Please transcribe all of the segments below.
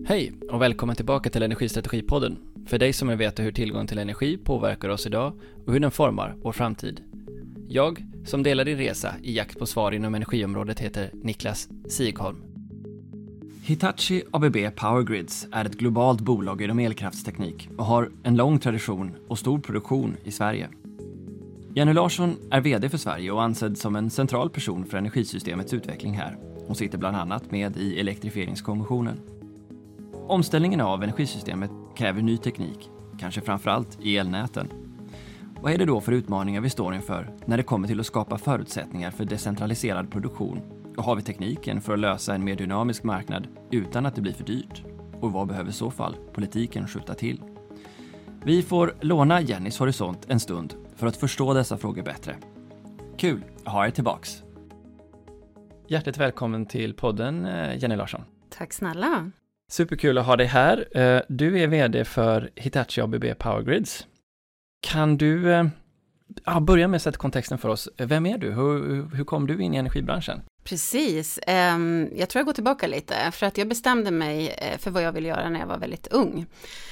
Hej och välkommen tillbaka till Energistrategipodden. För dig som vill veta hur tillgång till energi påverkar oss idag och hur den formar vår framtid. Jag, som delar din resa i jakt på svar inom energiområdet, heter Niklas Sigholm. Hitachi ABB Power Grids är ett globalt bolag inom elkraftsteknik och har en lång tradition och stor produktion i Sverige. Jenny Larsson är vd för Sverige och ansedd som en central person för energisystemets utveckling här. Hon sitter bland annat med i elektrifieringskommissionen. Omställningen av energisystemet kräver ny teknik, kanske framförallt i elnäten. Vad är det då för utmaningar vi står inför när det kommer till att skapa förutsättningar för decentraliserad produktion? Och har vi tekniken för att lösa en mer dynamisk marknad utan att det blir för dyrt? Och vad behöver i så fall politiken skjuta till? Vi får låna Jennys horisont en stund för att förstå dessa frågor bättre. Kul att ha er tillbaks. Hjärtligt välkommen till podden, Jenny Larsson. Tack snälla. Superkul att ha dig här. Du är vd för Hitachi ABB Power Grids. Kan du börja med att sätta kontexten för oss? Vem är du? Hur kom du in i energibranschen? Precis. Jag tror jag går tillbaka lite för att jag bestämde mig för vad jag ville göra när jag var väldigt ung.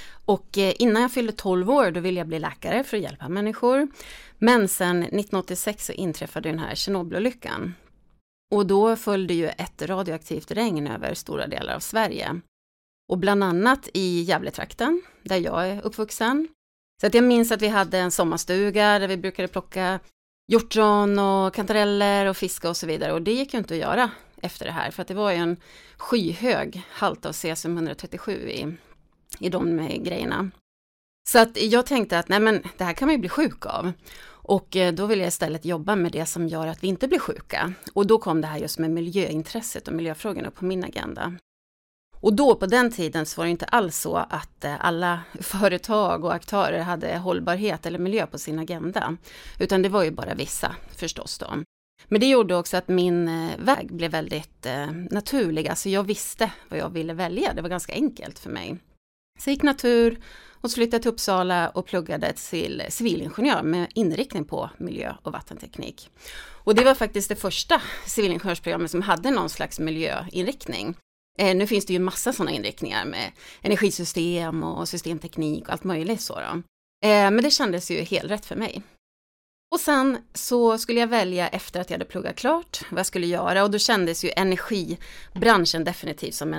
Och innan jag fyllde 12 år då ville jag bli läkare för att hjälpa människor. Men sen 1986 så inträffade den här Tjernobylolyckan. Och då följde ju ett radioaktivt regn över stora delar av Sverige. Och bland annat i Gävletrakten, där jag är uppvuxen. Så att jag minns att vi hade en sommarstuga där vi brukade plocka hjortron och kantareller och fiska och så vidare. Och det gick ju inte att göra efter det här. För att det var ju en skyhög halt av cesium-137 i de grejerna. Så att jag tänkte att nej men, det här kan man ju bli sjuk av. Och då vill jag istället jobba med det som gör att vi inte blir sjuka. Och då kom det här just med miljöintresset och miljöfrågorna på min agenda. Och då på den tiden så var det inte alls så att alla företag och aktörer hade hållbarhet eller miljö på sin agenda. Utan det var ju bara vissa förstås då. Men det gjorde också att min väg blev väldigt naturlig. Alltså jag visste vad jag ville välja. Det var ganska enkelt för mig. Så jag gick natur och flyttade till Uppsala och pluggade till civilingenjör med inriktning på miljö- och vattenteknik. Och det var faktiskt det första civilingenjörsprogrammet som hade någon slags miljöinriktning. Nu finns det ju en massa sådana inriktningar med energisystem och systemteknik och allt möjligt så då. Men det kändes ju helt rätt för mig. Och sen så skulle jag välja efter att jag hade pluggat klart vad jag skulle göra. Och då kändes ju energibranschen definitivt som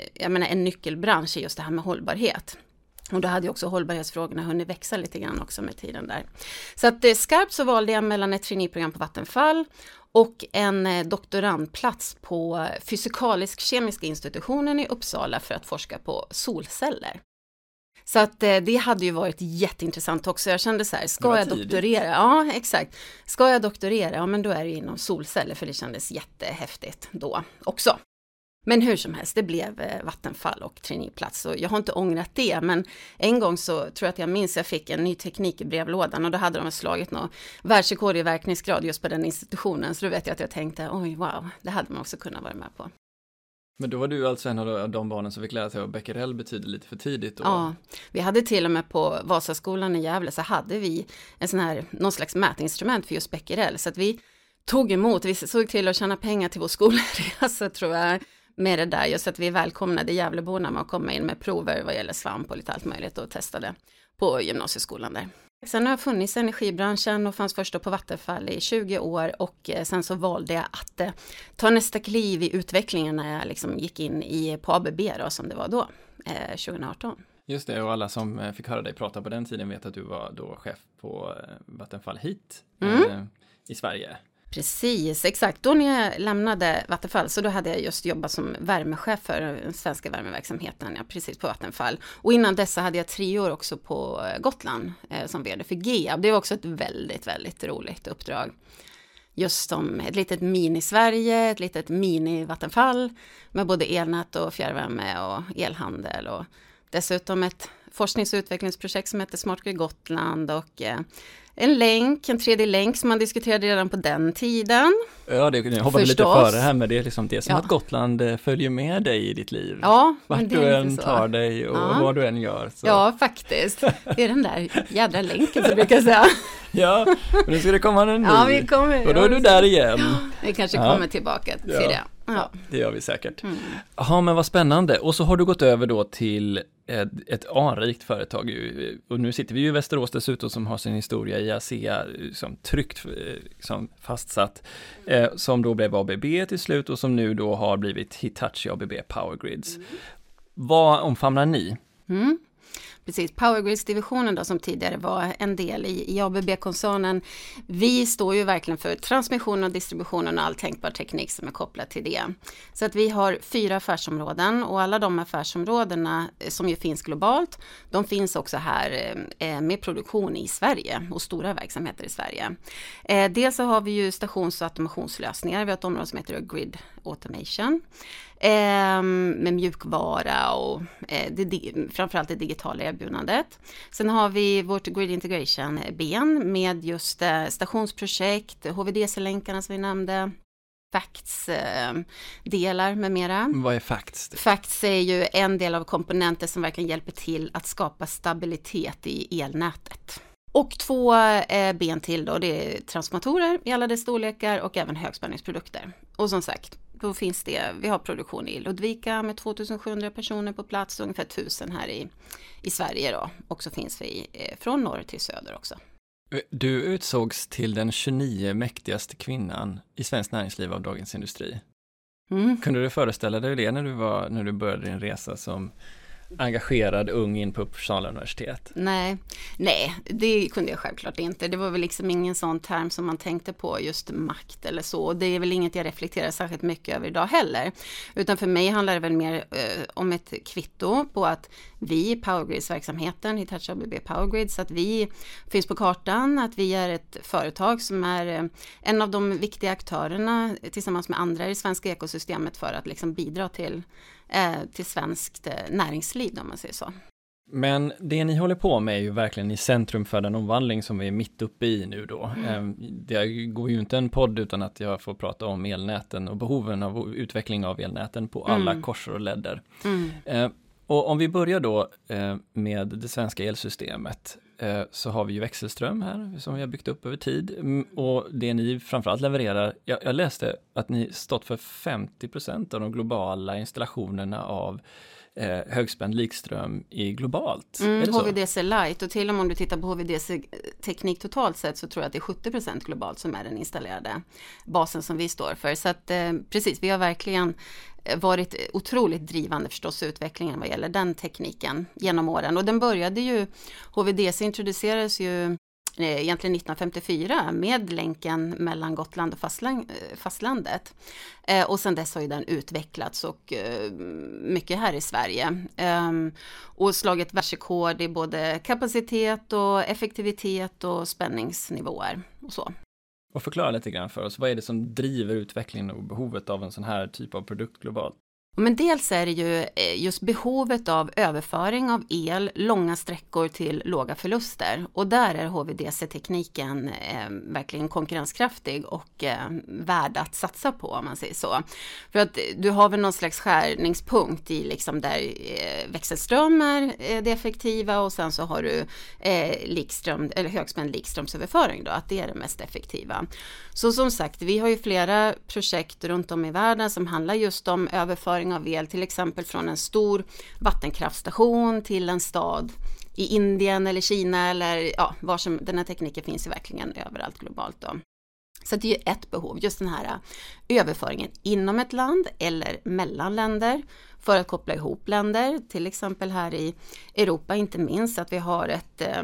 en nyckelbransch i just det här med hållbarhet. Och då hade ju också hållbarhetsfrågorna hunnit växa lite grann också med tiden där. Så att skarpt så valde jag mellan ett traineeprogram på Vattenfall och en doktorandplats på Fysikalisk-kemiska institutionen i Uppsala för att forska på solceller. Så att det hade ju varit jätteintressant också. Jag kände så här, ska jag doktorera? Ja, exakt. Ska jag doktorera? Ja, men då är det inom solceller för det kändes jättehäftigt då också. Men hur som helst, det blev Vattenfall och traineeplats. Och jag har inte ångrat det, men en gång så tror jag att jag minns jag fick en ny teknik i brevlådan. Och då hade de slagit något världsrekord i verkningsgrad just på den institutionen. Så då vet jag att jag tänkte, oj wow, det hade man också kunnat vara med på. Men då var du alltså en av de barnen som fick lära sig vad becquerel betyder lite för tidigt. Och... Ja, vi hade till och med på Vasaskolan i Gävle så hade vi en sån här, någon slags mätinstrument för just becquerel. Så att vi tog emot, vi såg till att tjäna pengar till vår skolresa tror jag. Med det där, just att vi välkomnade Gävleborna med att komma in med prover vad gäller svamp och lite allt möjligt och testade på gymnasieskolan där. Sen har jag funnits i energibranschen och fanns först på Vattenfall i 20 år och sen så valde jag att ta nästa kliv i utvecklingen när jag liksom gick in på ABB då, som det var då, 2018. Just det, och alla som fick höra dig prata på den tiden vet att du var då chef på Vattenfall hit i Sverige. Precis, exakt. Då när jag lämnade Vattenfall så då hade jag just jobbat som värmechef för den svenska värmeverksamheten, ja, precis på Vattenfall. Och innan dessa hade jag 3 år också på Gotland som vd för GEAB. Det var också ett väldigt, väldigt roligt uppdrag. Just som ett litet mini-Sverige, ett litet mini-Vattenfall med både elnät och fjärrvärme och elhandel och dessutom ett forsknings- och utvecklingsprojekt som heter Smart Grid Gotland och en 3D-länk som man diskuterade redan på den tiden. Ja, jag hoppade lite före här, men det är liksom det som att Gotland följer med dig i ditt liv. Ja, vart du än tar dig och vad du än gör. Så. Ja, faktiskt. Det är den där jädra länken som brukar säga. Ja, men nu ska det komma en ny. Ja, vi kommer. Och då är du där igen. Ja, vi kanske kommer tillbaka till det. Ja. Det gör vi säkert. Ja, men vad spännande. Och så har du gått över då till ett anrikt företag. Och nu sitter vi ju i Västerås dessutom, som har sin historia i ASEA som tryggt som fastsatt. Som då blev ABB till slut och som nu då har blivit Hitachi ABB Power Grids. Vad omfamnar ni? Precis, Power Grids-divisionen då, som tidigare var en del i ABB-koncernen. Vi står ju verkligen för transmission och distributionen och all tänkbar teknik som är kopplad till det. Så att vi har 4 affärsområden och alla de affärsområdena som ju finns globalt, de finns också här med produktion i Sverige och stora verksamheter i Sverige. Dels så har vi ju stations- och automationslösningar. Vi har ett område som heter Grid Automation. Med mjukvara och framförallt det digitala erbjudandet. Sen har vi vårt Grid Integration-ben med just stationsprojekt, HVDC-länkarna som vi nämnde, FACTS-delar med mera. Vad är FACTS? FACTS är ju en del av komponenter som verkligen hjälper till att skapa stabilitet i elnätet. Och 2 ben till då, det är transformatorer i alla dess storlekar och även högspänningsprodukter. Och som sagt, då finns vi har produktion i Ludvika med 2700 personer på plats, ungefär 1000 här i Sverige då. Och så finns vi från norr till söder också. Du utsågs till den 29 mäktigaste kvinnan i svensk näringsliv av Dagens Industri. Kunde du föreställa dig det när du började din resa som engagerad ung in på Uppsala universitet? Nej, det kunde jag självklart inte. Det var väl liksom ingen sån term som man tänkte på, just makt eller så. Det är väl inget jag reflekterar särskilt mycket över idag heller. Utan för mig handlar det väl mer om ett kvitto på att vi i Power Grids-verksamheten, Hitachi ABB Power Grids, att vi finns på kartan, att vi är ett företag som är en av de viktiga aktörerna tillsammans med andra i det svenska ekosystemet för att liksom bidra till svenskt näringsliv, om man säger så. Men det ni håller på med är ju verkligen i centrum för den omvandling som vi är mitt uppe i nu då. Det går ju inte en podd utan att jag får prata om elnäten och behoven av utveckling av elnäten på alla korsor och ledder. Och om vi börjar då med det svenska elsystemet, så har vi ju växelström här som vi har byggt upp över tid. Och det ni framförallt levererar, jag läste att ni stått för 50% av de globala installationerna av högspänd likström i globalt. HVDC Light, och till och med om du tittar på HVDC-teknik totalt sett så tror jag att det är 70% globalt som är den installerade basen som vi står för. Så att precis, vi har verkligen varit otroligt drivande förstås i utvecklingen vad gäller den tekniken genom åren. Och den började ju, HVDC introducerades ju egentligen 1954 med länken mellan Gotland och fastlandet. Och sen dess har ju den utvecklats och mycket här i Sverige. Och slagit världsrekord i både kapacitet och effektivitet och spänningsnivåer och så. Och förklara lite grann för oss, vad är det som driver utvecklingen och behovet av en sån här typ av produkt globalt? Men dels är det ju just behovet av överföring av el långa sträckor till låga förluster. Och där är HVDC-tekniken verkligen konkurrenskraftig och värd att satsa på, om man säger så. För att du har väl någon slags skärningspunkt i liksom där växelström är det effektiva, och sen så har du likström, eller högspänd likströmsöverföring då, att det är det mest effektiva. Så som sagt, vi har ju flera projekt runt om i världen som handlar just om överföring av el, till exempel från en stor vattenkraftstation till en stad i Indien eller Kina eller var som den här tekniken finns ju verkligen överallt globalt då. Så det är ju ett behov, just den här överföringen inom ett land eller mellan länder för att koppla ihop länder, till exempel här i Europa inte minst, att vi har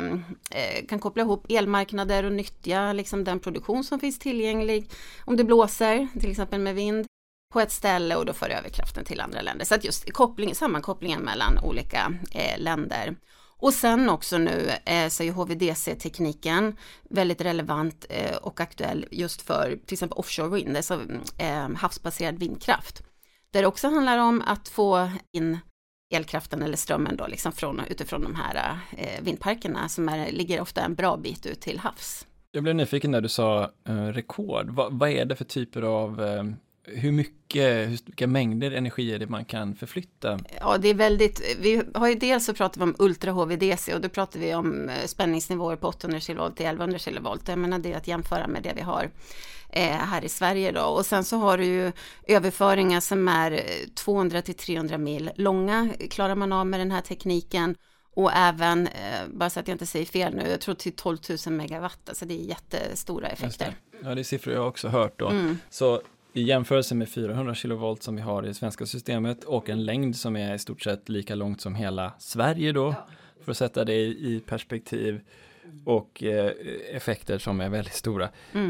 kan koppla ihop elmarknader och nyttja liksom den produktion som finns tillgänglig om det blåser, till exempel med vind, på ett ställe, och då för över kraften till andra länder. Så att just sammankopplingen mellan olika länder. Och sen också nu så är HVDC-tekniken väldigt relevant och aktuell just för till exempel offshore wind, alltså havsbaserad vindkraft. Där det också handlar om att få in elkraften eller strömmen då liksom utifrån de här vindparkerna som ligger ofta en bra bit ut till havs. Jag blev nyfiken när du sa rekord. Vad är det för typer av vilka mängder energi är det man kan förflytta? Ja, det är väldigt, vi har ju dels så pratar vi om Ultra HVDC och då pratar vi om spänningsnivåer på 800 kV till 1100 kV. Jag menar det är att jämföra med det vi har här i Sverige då. Och sen så har du ju överföringar som är 200 till 300 mil långa, klarar man av med den här tekniken. Och även, bara så att jag inte säger fel nu, jag tror till 12 000 megawatt, alltså det är jättestora effekter. Ja, det är siffror jag också hört då. Så i jämförelse med 400 kilovolt som vi har i det svenska systemet och en längd som är i stort sett lika långt som hela Sverige då, för att sätta det i perspektiv, och effekter som är väldigt stora.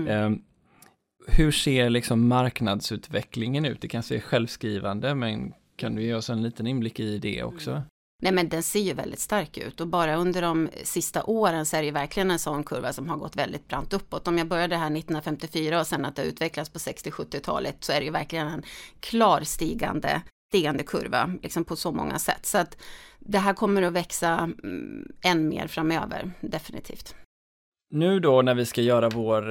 Hur ser liksom marknadsutvecklingen ut? Det kanske är självskrivande, men kan du ge oss en liten inblick i det också? Nej, men den ser ju väldigt stark ut och bara under de sista åren så är det ju verkligen en sån kurva som har gått väldigt brant uppåt. Om jag började här 1954 och sen att det utvecklats på 60-70-talet så är det ju verkligen en klar stigande kurva liksom på så många sätt. Så att det här kommer att växa än mer framöver, definitivt. Nu då när vi ska göra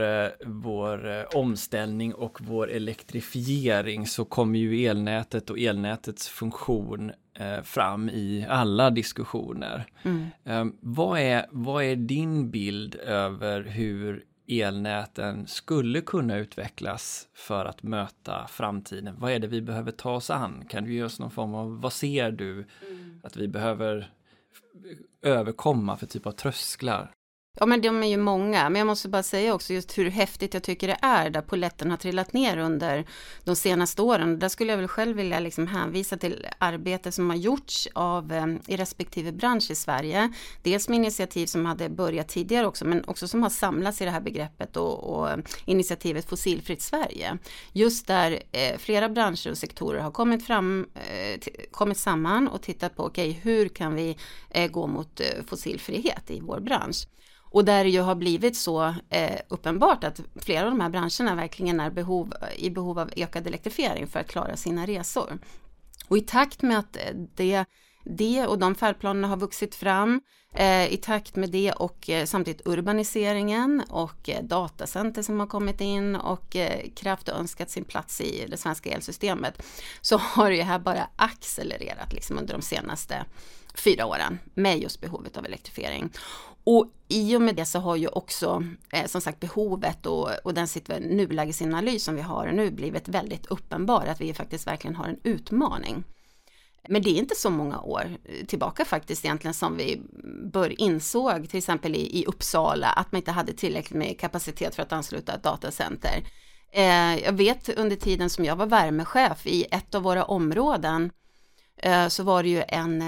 vår omställning och vår elektrifiering så kommer ju elnätet och elnätets funktion fram i alla diskussioner. Vad är din bild över hur elnäten skulle kunna utvecklas för att möta framtiden? Vad är det vi behöver ta oss an? Kan du ge oss någon form av, vad ser du att vi behöver överkomma för typ av trösklar? Ja, men de är ju många, men jag måste bara säga också just hur häftigt jag tycker det är där polletten har trillat ner under de senaste åren. Där skulle jag väl själv vilja liksom hänvisa till arbete som har gjorts i respektive bransch i Sverige. Dels med initiativ som hade börjat tidigare också, men också som har samlats i det här begreppet och initiativet Fossilfritt Sverige. Just där flera branscher och sektorer har kommit samman och tittat på hur kan vi gå mot fossilfrihet i vår bransch. Och där det ju har blivit så uppenbart att flera av de här branscherna verkligen är i behov av ökad elektrifiering för att klara sina resor. Och i takt med att det och de färdplanerna har vuxit fram, i takt med det och samtidigt urbaniseringen och datacenter som har kommit in och kraft och önskat sin plats i det svenska elsystemet, så har det här bara accelererat liksom under de senaste 4 åren med just behovet av elektrifiering. Och i och med det så har ju också som sagt behovet och den nulägesanalys som vi har nu blivit väldigt uppenbar att vi faktiskt verkligen har en utmaning. Men det är inte så många år tillbaka faktiskt egentligen som vi insåg till exempel i Uppsala att man inte hade tillräckligt med kapacitet för att ansluta ett datacenter. Jag vet under tiden som jag var värmechef i ett av våra områden så var det ju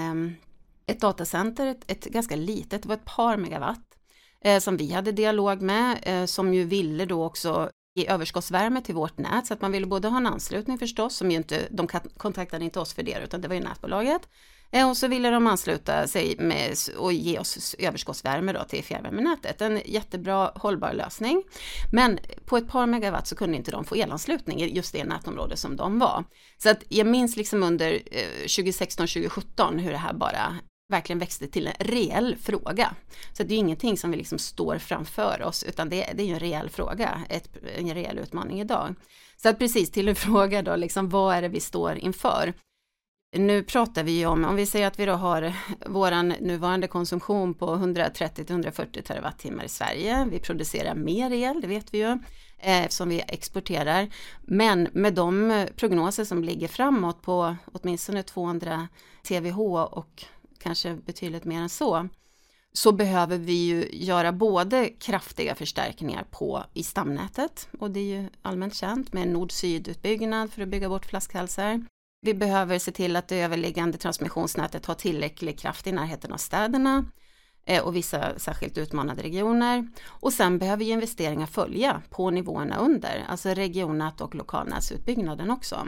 ett datacenter, ett ganska litet, det var ett par megawatt som vi hade dialog med som ju ville då också ge överskottsvärme till vårt nät, så att man ville både ha en anslutning förstås, som ju inte, de kontaktade inte oss för det utan det var ju nätbolaget, och så ville de ansluta sig med och ge oss överskottsvärme då till fjärrvärmenätet. En jättebra hållbar lösning, men på ett par megawatt så kunde inte de få elanslutning i just det nätområde som de var. Så att jag minns liksom under 2016-2017 hur det här bara verkligen växte till en reell fråga. Så det är ingenting som vi liksom står framför oss, utan det är ju en reell fråga, en reell utmaning idag. Så att precis till en fråga då, liksom, vad är det vi står inför? Nu pratar vi ju om vi säger att vi då har våran nuvarande konsumtion på 130-140 terawattimmar i Sverige. Vi producerar mer el, det vet vi ju, eftersom vi exporterar. Men med de prognoser som ligger framåt på åtminstone 200 TWh och kanske betydligt mer än så behöver vi ju göra både kraftiga förstärkningar i stamnätet, och det är ju allmänt känt med nord-syd-utbyggnad för att bygga bort flaskhalsar. Vi behöver se till att det överliggande transmissionsnätet har tillräcklig kraft i närheten av städerna och vissa särskilt utmanade regioner. Och sen behöver ju investeringar följa på nivåerna under, alltså regionnät och lokalnätsutbyggnaden också.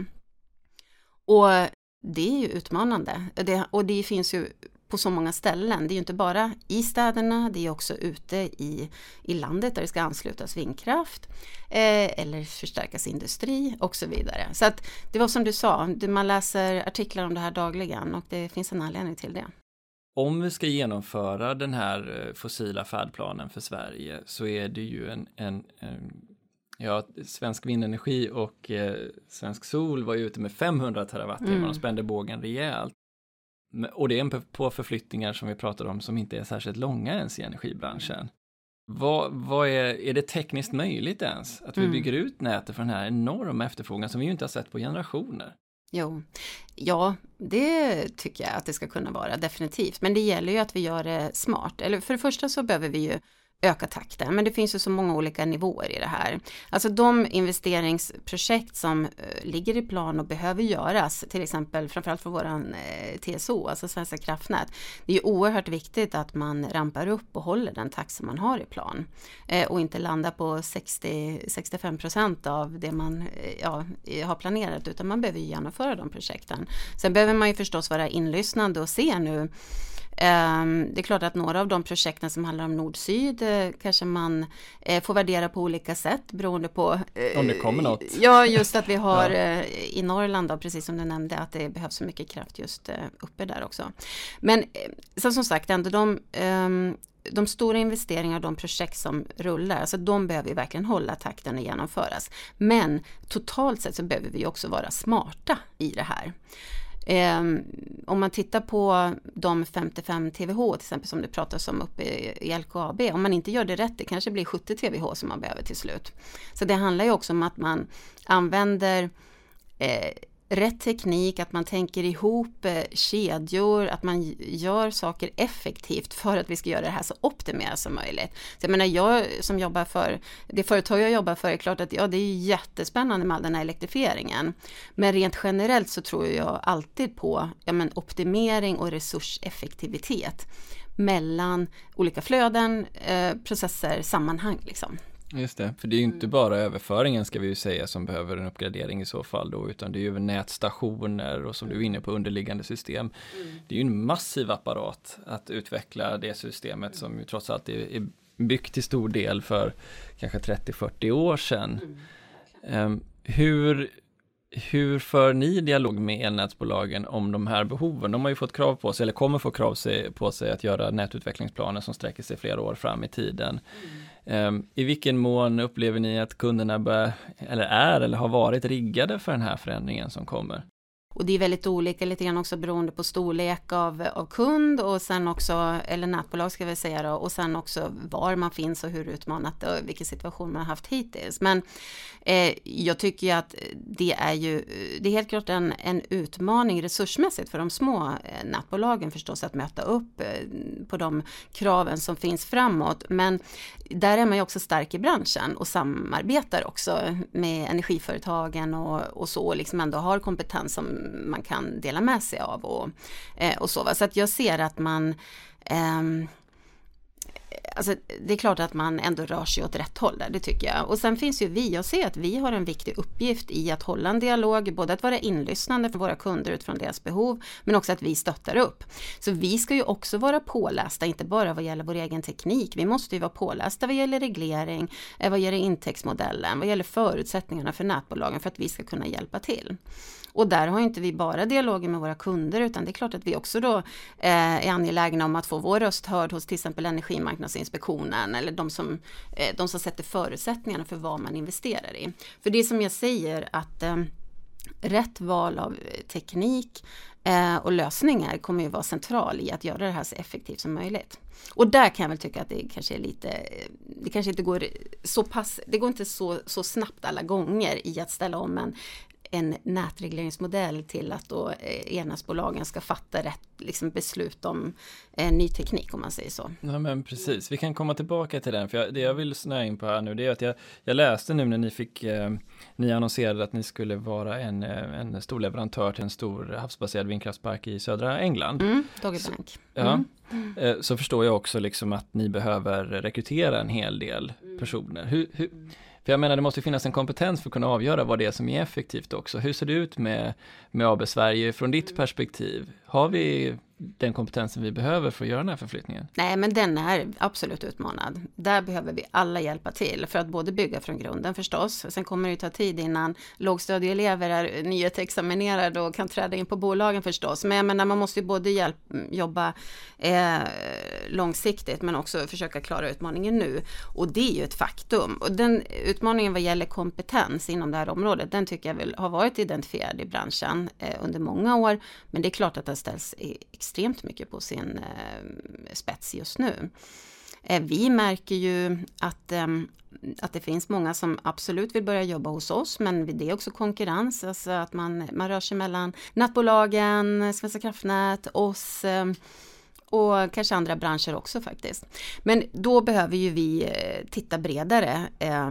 Och det är ju utmanande. Och det finns ju på så många ställen. Det är ju inte bara i städerna, det är också ute i landet där det ska anslutas vindkraft eller förstärkas industri och så vidare. Så att det var som du sa, man läser artiklar om det här dagligen och det finns en anledning till det. Om vi ska genomföra den här fossila färdplanen för Sverige så är det ju Ja, Svensk Vindenergi och Svensk Sol var ju ute med 500 terawattimmar och spände bågen rejält. Och det är på förflyttningar som vi pratade om som inte är särskilt långa ens i energibranschen. Vad är det tekniskt möjligt ens att vi bygger ut nätet för den här enorma efterfrågan som vi ju inte har sett på generationer? Jo, ja, det tycker jag att det ska kunna vara, definitivt. Men det gäller ju att vi gör det smart. Eller för det första så behöver vi ju öka takten, men det finns ju så många olika nivåer i det här. Alltså de investeringsprojekt som ligger i plan och behöver göras, till exempel framförallt för våran TSO, alltså Svenska kraftnät, det är ju oerhört viktigt att man rampar upp och håller den takt som man har i plan och inte landar på 60-65% av det man har planerat, utan man behöver ju genomföra de projekten. Sen behöver man ju förstås vara inlyssnande och se nu. Det är klart att några av de projekten som handlar om nord-syd kanske man får värdera på olika sätt beroende på om det kommer något. Ja, just att vi har i Norrland då, precis som du nämnde, att det behövs så mycket kraft just uppe där också. Men som sagt, ändå de stora investeringar, de projekt som rullar, alltså de behöver vi verkligen hålla takten och genomföras. Men totalt sett så behöver vi också vara smarta i det här. Om man tittar på de 55 TWh till exempel som det pratas om uppe i LKAB, om man inte gör det rätt, det kanske blir 70 TWh som man behöver till slut. Så det handlar ju också om att man använder rätt teknik, att man tänker ihop kedjor, att man gör saker effektivt för att vi ska göra det här så optimerat som möjligt. Så jag menar, jag som jobbar för det företag jag jobbar för, är klart att det är jättespännande med all den här elektrifieringen. Men rent generellt så tror jag alltid på optimering och resurseffektivitet mellan olika flöden, processer, sammanhang liksom. Just det, för det är ju inte bara överföringen ska vi ju säga som behöver en uppgradering i så fall då, utan det är ju nätstationer och som du är inne på underliggande system. Det är ju en massiv apparat att utveckla det systemet som ju trots allt är byggt till stor del för kanske 30-40 år sedan. Hur för ni dialog med elnätsbolagen om de här behoven? De har ju fått krav på sig, eller kommer få krav på sig att göra nätutvecklingsplaner som sträcker sig flera år fram i tiden. I vilken mån upplever ni att kunderna eller har varit riggade för den här förändringen som kommer? Och det är väldigt olika lite grann också beroende på storlek av kund och sen också, eller nätbolag ska vi säga då, och sen också var man finns och hur utmanat och vilken situation man har haft hittills. Men jag tycker ju att det är helt klart en utmaning resursmässigt för de små nätbolagen förstås att möta upp på de kraven som finns framåt. Men där är man ju också stark i branschen och samarbetar också med energiföretagen och så, liksom ändå har kompetens som man kan dela med sig av och så. Så att jag ser att man alltså det är klart att man ändå rör sig åt rätt håll där, det tycker jag. Och sen finns ju jag ser att vi har en viktig uppgift i att hålla en dialog, både att vara inlyssnande för våra kunder utifrån deras behov, men också att vi stöttar upp. Så vi ska ju också vara pålästa, inte bara vad gäller vår egen teknik. Vi måste ju vara pålästa vad gäller reglering, vad gäller intäktsmodellen, vad gäller förutsättningarna för nätbolagen för att vi ska kunna hjälpa till. Och där har inte vi bara dialoger med våra kunder, utan det är klart att vi också då är angelägna om att få vår röst hörd hos till exempel Energimarknadsinspektionen eller de som sätter förutsättningarna för vad man investerar i. För det som jag säger att rätt val av teknik och lösningar kommer ju vara central i att göra det här så effektivt som möjligt. Och där kan jag väl tycka att det kanske är det kanske inte går det går inte så snabbt alla gånger i att ställa om en nätregleringsmodell till att då elnätsbolagen ska fatta rätt liksom beslut om ny teknik, om man säger så. Ja, men precis. Vi kan komma tillbaka till den, för det jag vill snöa in på här nu, det är att jag läste nu när ni annonserade att ni skulle vara en stor leverantör till en stor havsbaserad vindkraftspark i södra England. Doggy Bank. Så förstår jag också liksom att ni behöver rekrytera en hel del personer. För jag menar, det måste finnas en kompetens för att kunna avgöra vad det är som är effektivt också. Hur ser det ut med AB Sverige från ditt perspektiv? Har vi den kompetensen vi behöver för att göra den här förflyttningen? Nej, men den är absolut utmanad. Där behöver vi alla hjälpa till för att både bygga från grunden förstås. Sen kommer det ju ta tid innan lågstadieelever är nyexaminerade och kan träda in på bolagen förstås. Men jag menar, man måste ju både jobba långsiktigt men också försöka klara utmaningen nu. Och det är ju ett faktum. Och den utmaningen vad gäller kompetens inom det här området, den tycker jag väl har varit identifierad i branschen under många år. Men det är klart att det ställs extremt mycket på sin spets just nu. Vi märker ju att det finns många som absolut vill börja jobba hos oss, men det är också konkurrens, alltså att man rör sig mellan nätbolagen, Svenska kraftnät, oss och kanske andra branscher också faktiskt. Men då behöver ju vi titta bredare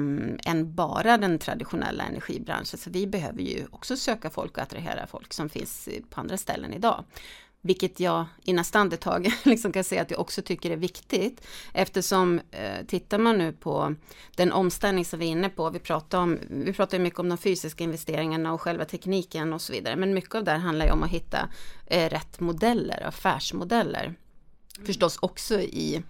än bara den traditionella energibranschen, så vi behöver ju också söka folk och attrahera folk som finns på andra ställen idag. Vilket jag i nästa andetag liksom kan säga att jag också tycker är viktigt, eftersom tittar man nu på den omställning som vi är inne på, vi pratar mycket om de fysiska investeringarna och själva tekniken och så vidare, men mycket av det här handlar ju om att hitta rätt modeller, affärsmodeller. Förstås också i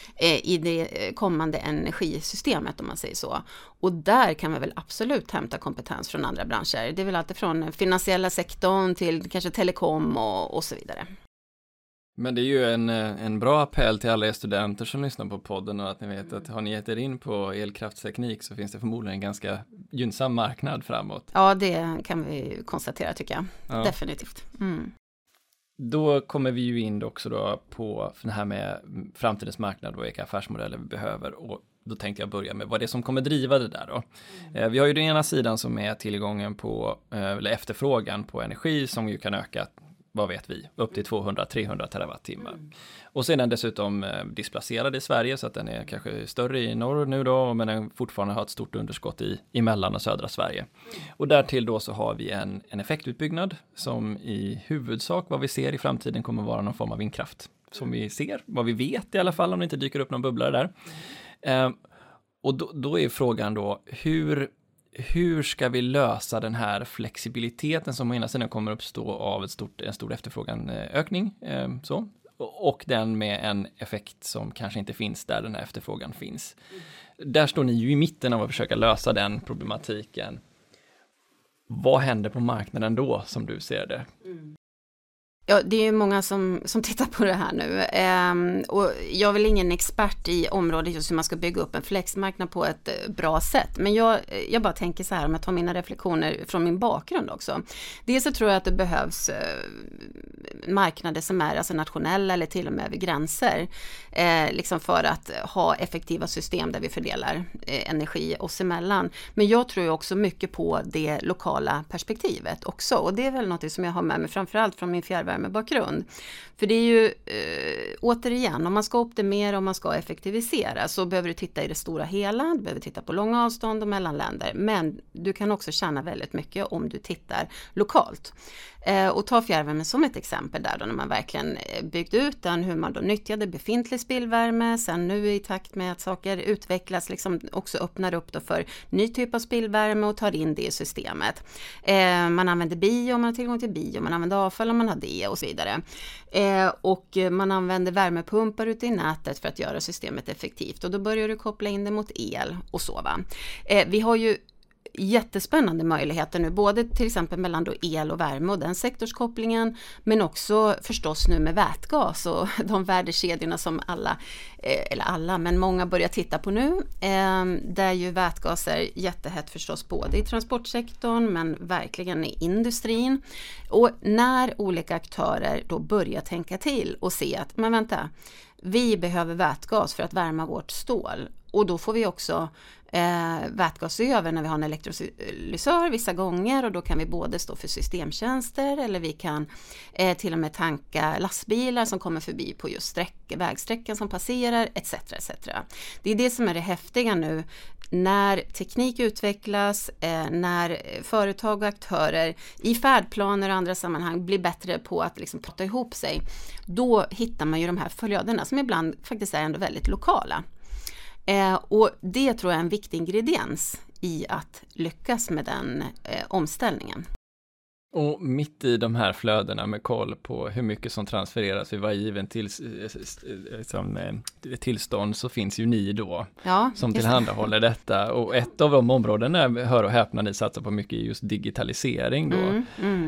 det kommande energisystemet om man säger så. Och där kan vi väl absolut hämta kompetens från andra branscher. Det är väl alltid från finansiella sektorn till kanske telekom och så vidare. Men det är ju en bra appell till alla studenter som lyssnar på podden, och att ni vet att har ni gett er in på elkraftsteknik så finns det förmodligen en ganska gynnsam marknad framåt. Ja, det kan vi konstatera tycker jag. Ja. Definitivt. Mm. Då kommer vi ju in också då på det här med framtidens marknad och vilka affärsmodeller vi behöver, och då tänkte jag börja med vad det är som kommer driva det där då. Vi har ju den ena sidan som är tillgången på, eller efterfrågan på energi som ju kan öka, vad vet vi, upp till 200-300 terawattimmar. Och sedan dessutom displacerad i Sverige, så att den är kanske större i norr nu då, men den fortfarande har ett stort underskott i mellan- och södra Sverige. Och därtill då så har vi en effektutbyggnad som i huvudsak vad vi ser i framtiden kommer vara någon form av vindkraft. Som vi ser, vad vi vet i alla fall, om det inte dyker upp någon bubblare där. Och då är frågan då, hur ska vi lösa den här flexibiliteten som å ena sidan kommer uppstå av en stor efterfråganökning, så, och den med en effekt som kanske inte finns där den här efterfrågan finns. Där står ni ju i mitten av att försöka lösa den problematiken. Vad händer på marknaden då som du ser det? Ja, det är ju många som tittar på det här nu och jag är väl ingen expert i området just hur man ska bygga upp en flexmarknad på ett bra sätt. Men jag bara tänker så här, om jag tar mina reflektioner från min bakgrund också. Dels så tror jag att det behövs marknader som är alltså nationella eller till och med över gränser liksom för att ha effektiva system där vi fördelar energi oss emellan. Men jag tror ju också mycket på det lokala perspektivet också, och det är väl något som jag har med mig framförallt från min fjärrvärmebakgrund. För det är ju återigen, om man ska optimera och man ska effektivisera så behöver du titta i det stora hela, du behöver titta på långa avstånd och mellanländer, men du kan också tjäna väldigt mycket om du tittar lokalt. Och ta fjärrvärme som ett exempel där då, när man verkligen byggde ut den, hur man då nyttjade befintlig spillvärme, sen nu i takt med att saker utvecklas liksom också öppnar upp då för ny typ av spillvärme och tar in det i systemet. Man använder bio om man har tillgång till bio, man använder avfall om man har det och så vidare. Och man använder värmepumpar ute i nätet för att göra systemet effektivt, och då börjar du koppla in det mot el och så va. Vi har ju jättespännande möjligheter nu, både till exempel mellan då el och värme och den sektorskopplingen, men också förstås nu med vätgas och de värdekedjorna som men många börjar titta på nu, där ju vätgas är jättehett förstås både i transportsektorn men verkligen i industrin. Och när olika aktörer då börjar tänka till och se att, men vänta, vi behöver vätgas för att värma vårt stål, och då får vi också vätgas över när vi har en elektrolysör vissa gånger, och då kan vi både stå för systemtjänster eller vi kan till och med tanka lastbilar som kommer förbi på just vägsträckan som passerar etc. etc. Det är det som är det häftiga nu när teknik utvecklas, när företag och aktörer i färdplaner och andra sammanhang blir bättre på att liksom prata ihop sig. Då hittar man ju de här flödena som ibland faktiskt är ändå väldigt lokala. Och det tror jag är en viktig ingrediens i att lyckas med den omställningen. Och mitt i de här flödena med koll på hur mycket som transfereras vid varje given tillstånd så finns ju ni då som tillhandahåller detta. Och ett av de områdena, hör och häpna, ni satsar på mycket just digitalisering då.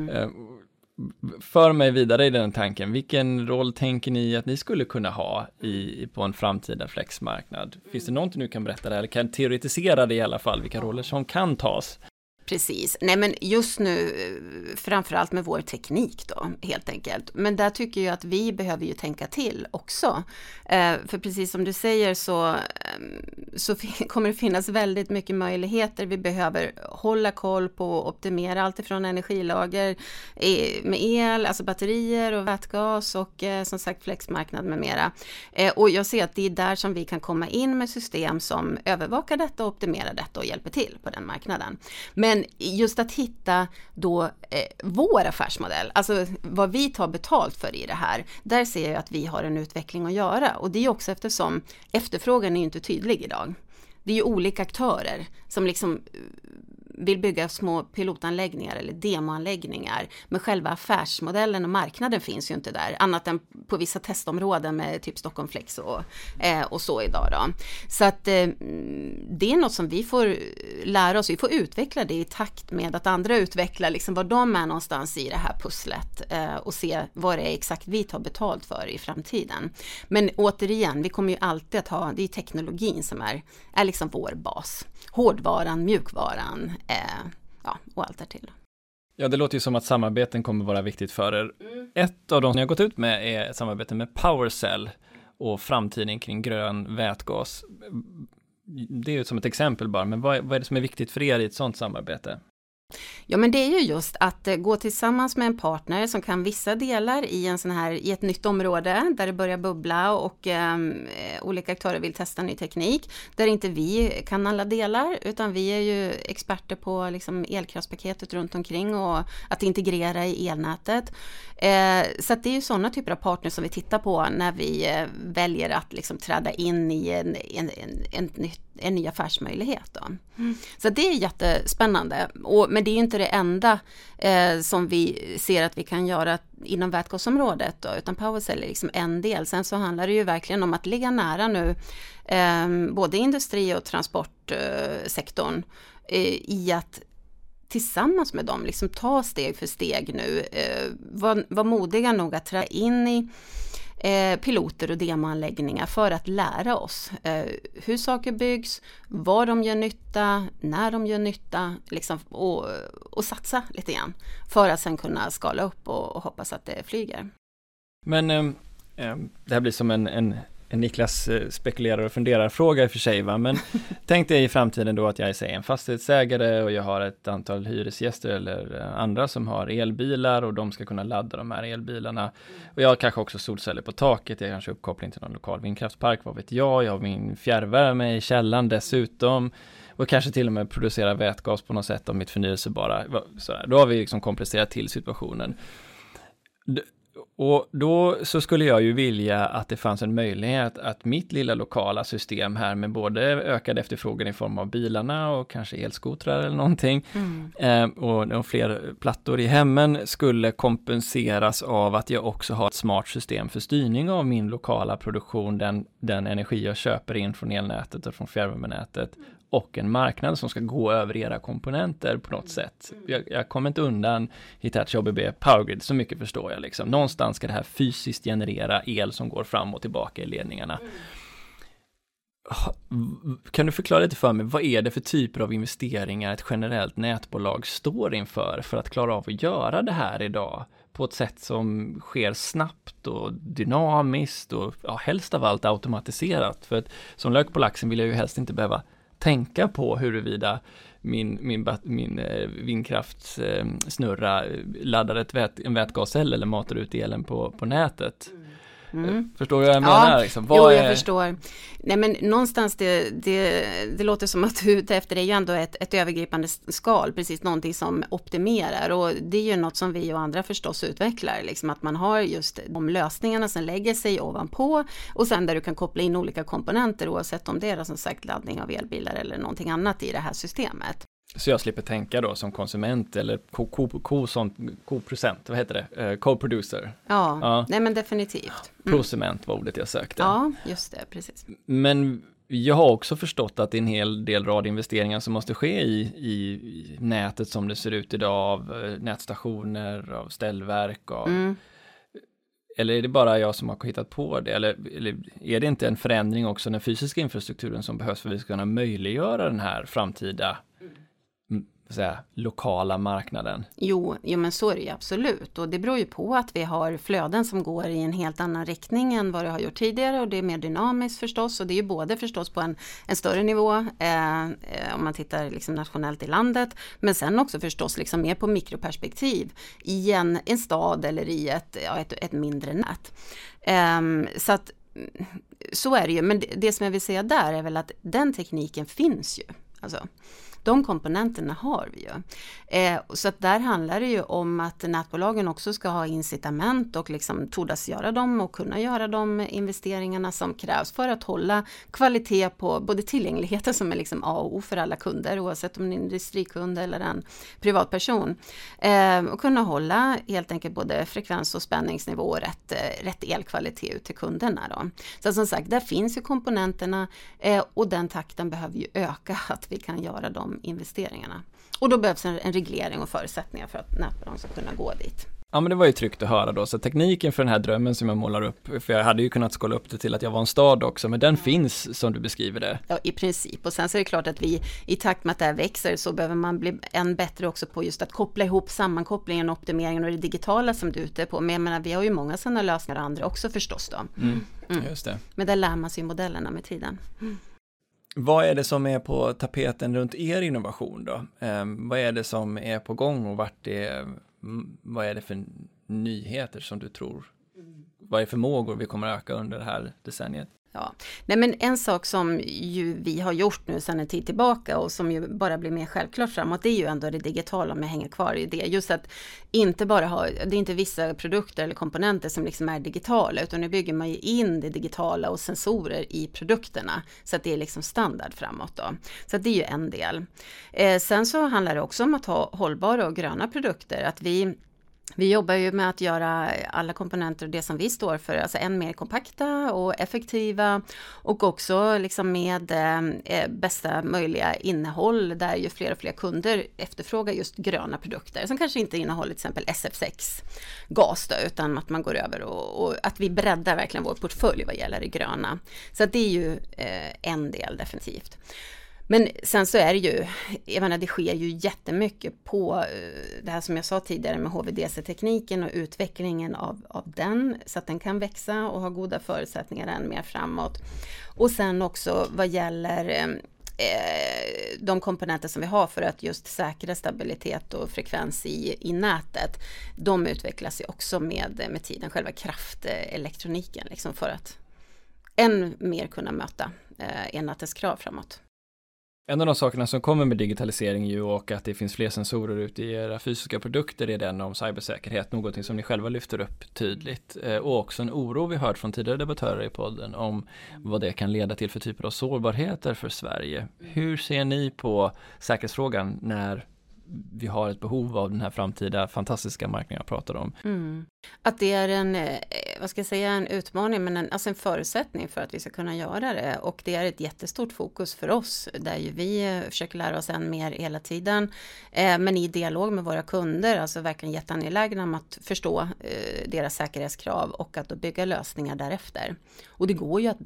För mig vidare i den tanken, vilken roll tänker ni att ni skulle kunna ha på en framtida flexmarknad? Finns det någonting du kan berätta där, eller kan teoretisera det i alla fall, vilka roller som kan tas? Precis. Nej, men just nu framförallt med vår teknik då, helt enkelt. Men där tycker jag att vi behöver ju tänka till också. För precis som du säger så kommer det finnas väldigt mycket möjligheter. Vi behöver hålla koll på och optimera allt ifrån energilager med el, alltså batterier och vätgas och som sagt flexmarknad med mera. Och jag ser att det är där som vi kan komma in med system som övervakar detta och optimerar detta och hjälper till på den marknaden. Men just att hitta då vår affärsmodell, alltså vad vi tar betalt för i det här, där ser jag att vi har en utveckling att göra. Och det är också eftersom efterfrågan är inte tydlig idag. Det är ju olika aktörer som liksom vill bygga små pilotanläggningar eller demoanläggningar, men själva affärsmodellen och marknaden finns ju inte där, annat än på vissa testområden med typ Stockholm Flex och så idag då. Så att det är något som vi får lära oss, vi får utveckla det i takt med att andra utvecklar liksom var de är någonstans i det här pusslet och se vad det är exakt vi tar betalt för i framtiden. Men återigen, vi kommer ju alltid att ha, det är teknologin som är liksom vår bas. Hårdvaran, mjukvaran, och allt där till. Ja, det låter ju som att samarbeten kommer vara viktigt för er. Ett av de som jag har gått ut med är ett samarbete med PowerCell och framtiden kring grön vätgas. Det är ju som ett exempel bara, men vad är det som är viktigt för er i ett sådant samarbete? Ja, men det är ju just att gå tillsammans med en partner som kan vissa delar i ett nytt område där det börjar bubbla och olika aktörer vill testa ny teknik, där inte vi kan alla delar, utan vi är ju experter på liksom elkraftspaketet runt omkring och att integrera i elnätet. Så att det är ju sådana typer av partner som vi tittar på när vi väljer att liksom träda in i en ny affärsmöjlighet då. Så det är jättespännande. Men det är ju inte det enda som vi ser att vi kan göra inom vätgasområdet då, utan PowerCell är liksom en del. Sen så handlar det ju verkligen om att ligga nära nu både industri- och transportsektorn i att tillsammans med dem liksom ta steg för steg nu, var modiga nog att träda in i piloter och demoanläggningar för att lära oss hur saker byggs, vad de gör nytta, när de gör nytta liksom, och satsa lite grann för att sen kunna skala upp och hoppas att det flyger. Men det här blir som en Niklas spekulerar och funderar fråga i och för sig, va? Men tänk dig i framtiden då att jag är en fastighetsägare och jag har ett antal hyresgäster eller andra som har elbilar och de ska kunna ladda de här elbilarna. Och jag har kanske också solceller på taket, jag kanske uppkoppling till någon lokal vindkraftspark, vad vet jag har min fjärrvärme i källaren dessutom och kanske till och med producera vätgas på något sätt av mitt förnyelsebara. Då har vi liksom komplicerat till situationen. Och då så skulle jag ju vilja att det fanns en möjlighet att mitt lilla lokala system här med både ökad efterfrågan i form av bilarna och kanske elskotrar eller någonting och fler plattor i hemmen skulle kompenseras av att jag också har ett smart system för styrning av min lokala produktion, den energi jag köper in från elnätet och från fjärrvärmenätet och en marknad som ska gå över era komponenter på något sätt. Jag kommer inte undan Hitachi ABB Powergrid, så mycket förstår jag liksom. Någonstans ska det här fysiskt generera el som går fram och tillbaka i ledningarna. Kan du förklara lite för mig, vad är det för typer av investeringar ett generellt nätbolag står inför för att klara av att göra det här idag på ett sätt som sker snabbt och dynamiskt och helst av allt automatiserat? För att som lök på laxen vill jag ju helst inte behöva tänka på huruvida min vindkraftsnurra laddar en vätgascell eller matar ut elen på nätet. Förstår du vad jag menar? Liksom? Jag förstår. Nej, men någonstans det låter som att du är ute efter det är ju ändå ett övergripande skal, precis någonting som optimerar, och det är ju något som vi och andra förstås utvecklar, liksom att man har just de lösningarna som lägger sig ovanpå och sen där du kan koppla in olika komponenter oavsett om det är som sagt laddning av elbilar eller någonting annat i det här systemet. Så jag slipper tänka då som konsument eller co-procent, vad heter det? Co-producer. Ja, nej men definitivt. Prosument var ordet jag sökte. Ja, just det, precis. Men jag har också förstått att det är en hel del radinvesteringar som måste ske i nätet som det ser ut idag, av nätstationer, av ställverk. Eller är det bara jag som har hittat på det? Eller är det inte en förändring också den fysiska infrastrukturen som behövs för att vi ska kunna möjliggöra den här framtida lokala marknaden? Jo, men så är det ju absolut. Och det beror ju på att vi har flöden som går i en helt annan riktning än vad det har gjort tidigare. Och det är mer dynamiskt förstås. Och det är ju både förstås på en större nivå om man tittar liksom nationellt i landet. Men sen också förstås liksom mer på mikroperspektiv i en stad eller i ett mindre nät. Så att så är det ju. Men det som jag vill säga där är väl att den tekniken finns ju. Alltså, de komponenterna har vi ju. Så att där handlar det ju om att nätbolagen också ska ha incitament och liksom tordas göra dem och kunna göra de investeringarna som krävs för att hålla kvalitet på både tillgängligheten som är liksom A och O för alla kunder, oavsett om det är en industrikund eller en privatperson. Och kunna hålla helt enkelt både frekvens- och spänningsnivå och rätt elkvalitet ut till kunderna då. Så som sagt, där finns ju komponenterna och den takten behöver ju öka att vi kan göra de investeringarna. Och då behövs en reglering och förutsättningar för att nätbolagen ska kunna gå dit. Ja, men det var ju tryggt att höra då. Så tekniken för den här drömmen som jag målar upp, för jag hade ju kunnat skala upp det till att jag var en stad också, men den finns som du beskriver det. Ja, i princip. Och sen så är det klart att vi i takt med att det här växer så behöver man bli än bättre också på just att koppla ihop sammankopplingen, optimeringen och det digitala som du är ute på. Men jag menar, vi har ju många sådana lösningar andra också förstås då. Just det. Men där lär man sig modellerna med tiden. Vad är det som är på tapeten runt er innovation då? Vad är det som är på gång och vad är det för nyheter som du tror? Vad är förmågor vi kommer att öka under det här decenniet? Ja, nej men en sak som ju vi har gjort nu sedan en tid tillbaka och som ju bara blir mer självklart framåt, det är ju ändå det digitala, om jag hänger kvar i det. Just att inte bara det är inte vissa produkter eller komponenter som liksom är digitala, utan nu bygger man ju in det digitala och sensorer i produkterna så att det är liksom standard framåt då. Så att det är ju en del. Sen så handlar det också om att ha hållbara och gröna produkter, att vi jobbar ju med att göra alla komponenter och det som vi står för, alltså än mer kompakta och effektiva och också liksom med bästa möjliga innehåll, där ju fler och fler kunder efterfrågar just gröna produkter som kanske inte innehåller till exempel SF6 gas då, utan att man går över och att vi breddar verkligen vår portfölj vad gäller det gröna. Så att det är ju en del definitivt. Men sen så är det ju, jag menar, det sker ju jättemycket på det här som jag sa tidigare med HVDC-tekniken och utvecklingen av den så att den kan växa och ha goda förutsättningar än mer framåt. Och sen också vad gäller de komponenter som vi har för att just säkra stabilitet och frekvens i nätet, de utvecklas ju också med tiden, själva kraftelektroniken liksom, för att än mer kunna möta elnätets krav framåt. En av de sakerna som kommer med digitalisering ju och att det finns fler sensorer ute i era fysiska produkter är den om cybersäkerhet, någonting som ni själva lyfter upp tydligt. Och också en oro vi hört från tidigare debattörer i podden om vad det kan leda till för typer av sårbarheter för Sverige. Hur ser ni på säkerhetsfrågan när vi har ett behov av den här framtida fantastiska marknaden jag pratar om? Att det är en utmaning, men en förutsättning för att vi ska kunna göra det, och det är ett jättestort fokus för oss där ju vi försöker lära oss än mer hela tiden, men i dialog med våra kunder, alltså verkligen jätteangelägna om att förstå deras säkerhetskrav och att då bygga lösningar därefter. Och det går ju att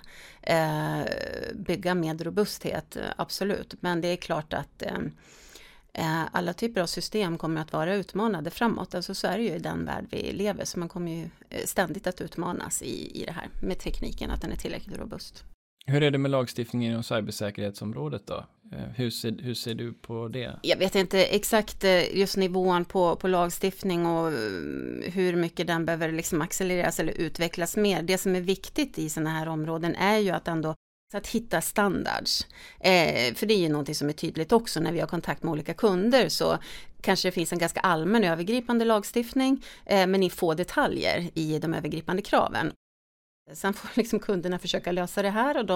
bygga med robusthet, absolut, men det är klart att alla typer av system kommer att vara utmanade framåt. Alltså så är det ju i den värld vi lever, så man kommer ju ständigt att utmanas i det här med tekniken, att den är tillräckligt robust. Hur är det med lagstiftningen inom cybersäkerhetsområdet då? Hur ser du på det? Jag vet inte exakt just nivån på lagstiftning och hur mycket den behöver liksom accelereras eller utvecklas mer. Det som är viktigt i sådana här områden är ju att hitta standards. För det är ju någonting som är tydligt också när vi har kontakt med olika kunder, så kanske det finns en ganska allmän övergripande lagstiftning, men i få detaljer i de övergripande kraven. Sen får liksom kunderna försöka lösa det här, och de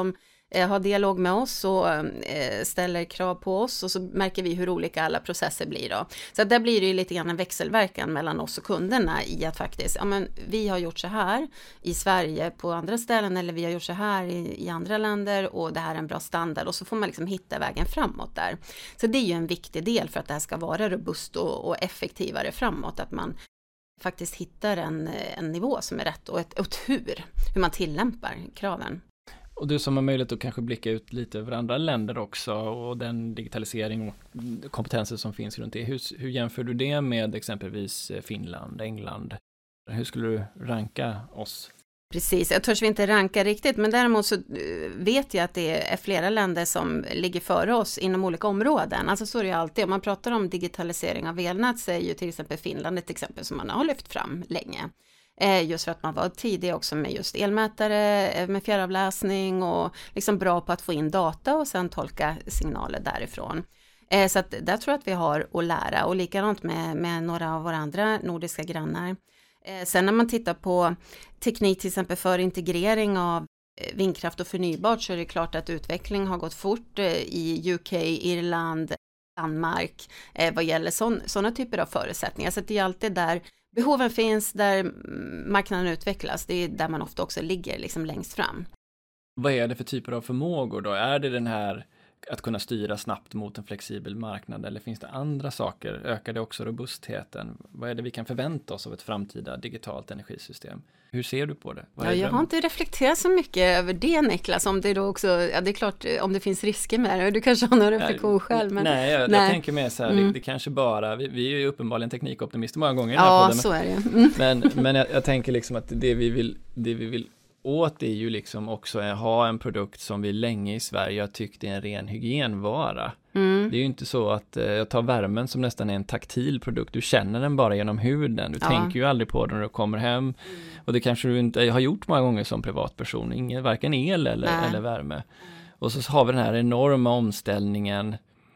har dialog med oss och ställer krav på oss, och så märker vi hur olika alla processer blir då. Så där blir det ju lite grann en växelverkan mellan oss och kunderna i att faktiskt, ja men vi har gjort så här i Sverige på andra ställen, eller vi har gjort så här i andra länder, och det här är en bra standard, och så får man liksom hitta vägen framåt där. Så det är ju en viktig del för att det här ska vara robust och effektivare framåt, att man faktiskt hittar en nivå som är rätt och hur man tillämpar kraven. Och du som har möjlighet att kanske blicka ut lite över andra länder också och den digitalisering och kompetenser som finns runt det. Hur jämför du det med exempelvis Finland, England? Hur skulle du ranka oss? Precis, jag törs vi inte ranka riktigt, men däremot så vet jag att det är flera länder som ligger före oss inom olika områden. Alltså så är det ju alltid, om man pratar om digitalisering av elnät så är ju till exempel Finland ett exempel som man har lyft fram länge. Just för att man var tidig också med just elmätare, med fjärravläsning och liksom bra på att få in data och sen tolka signaler därifrån. Så att där tror jag att vi har att lära, och likadant med några av våra andra nordiska grannar. Sen när man tittar på teknik till exempel för integrering av vindkraft och förnybart, så är det klart att utveckling har gått fort i UK, Irland, Danmark vad gäller sådana typer av förutsättningar. Så det är alltid där behoven finns, där marknaden utvecklas. Det är där man ofta också ligger liksom längst fram. Vad är det för typer av förmågor då? Är det den här att kunna styra snabbt mot en flexibel marknad, eller finns det andra saker? Ökar det också robustheten? Vad är det vi kan förvänta oss av ett framtida digitalt energisystem? Hur ser du på det? Jag har inte reflekterat så mycket över det, Niklas, om det då också, ja det är klart om det finns risker med det, du kanske har någon reflektion själv. Men, nej, jag tänker mer så här, det kanske bara, vi är ju uppenbarligen teknikoptimister många gånger i den här podden. Ja, så är det. Men jag tänker liksom att det vi vill åt är ju liksom också att ha en produkt som vi länge i Sverige har tyckt är en ren hygienvara. Det är ju inte så att jag tar värmen som nästan är en taktil produkt. Du känner den bara genom huden. Du tänker ju aldrig på den när du kommer hem. Och det kanske du inte har gjort många gånger som privatperson. Varken el eller värme. Och så har vi den här enorma omställningen.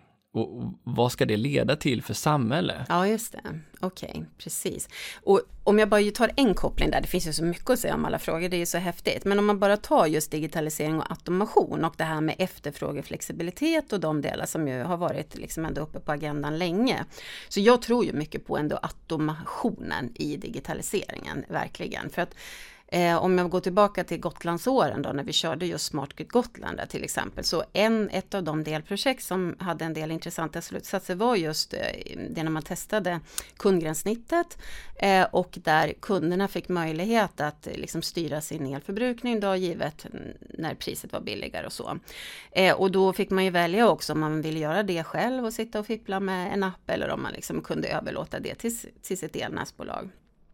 Och vad ska det leda till för samhälle? Ja, just det. Okej, precis. Och om jag bara tar en koppling där, det finns ju så mycket att säga om alla frågor, det är ju så häftigt. Men om man bara tar just digitalisering och automation och det här med efterfrågeflexibilitet och de delar som ju har varit liksom ändå uppe på agendan länge. Så jag tror ju mycket på ändå automationen i digitaliseringen, verkligen. För att om jag går tillbaka till Gotlandsåren då, när vi körde just Smart Grid Gotland där, till exempel, så ett av de delprojekt som hade en del intressanta slutsatser var just det när man testade kundgränssnittet och där kunderna fick möjlighet att liksom styra sin elförbrukning då, givet när priset var billigare och så. Och då fick man ju välja också om man ville göra det själv och sitta och fippla med en app, eller om man liksom kunde överlåta det till sitt elnätsbolag.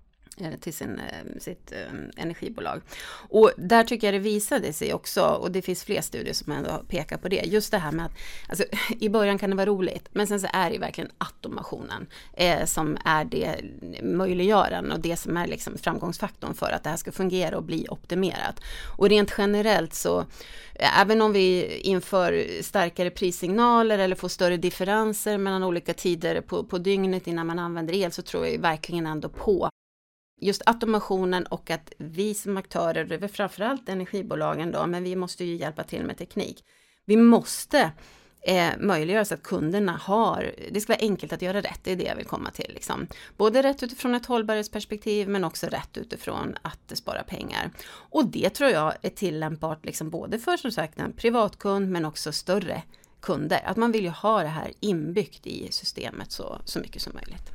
Till sitt energibolag. Och där tycker jag det visade sig också, och det finns fler studier som ändå pekar på det, just det här med att alltså, i början kan det vara roligt, men sen så är det verkligen automationen som är det möjliggörande och det som är liksom framgångsfaktorn för att det här ska fungera och bli optimerat. Och rent generellt så, även om vi inför starkare prissignaler eller får större differenser mellan olika tider på dygnet innan man använder el, så tror jag verkligen ändå på just automationen, och att vi som aktörer, framförallt energibolagen då, men vi måste ju hjälpa till med teknik. Vi måste möjliggöra så att kunderna det ska vara enkelt att göra rätt, det är det jag vill komma till. Liksom. Både rätt utifrån ett hållbarhetsperspektiv, men också rätt utifrån att spara pengar. Och det tror jag är tillämpbart liksom både för som sagt en privatkund, men också större kunder. Att man vill ju ha det här inbyggt i systemet så mycket som möjligt.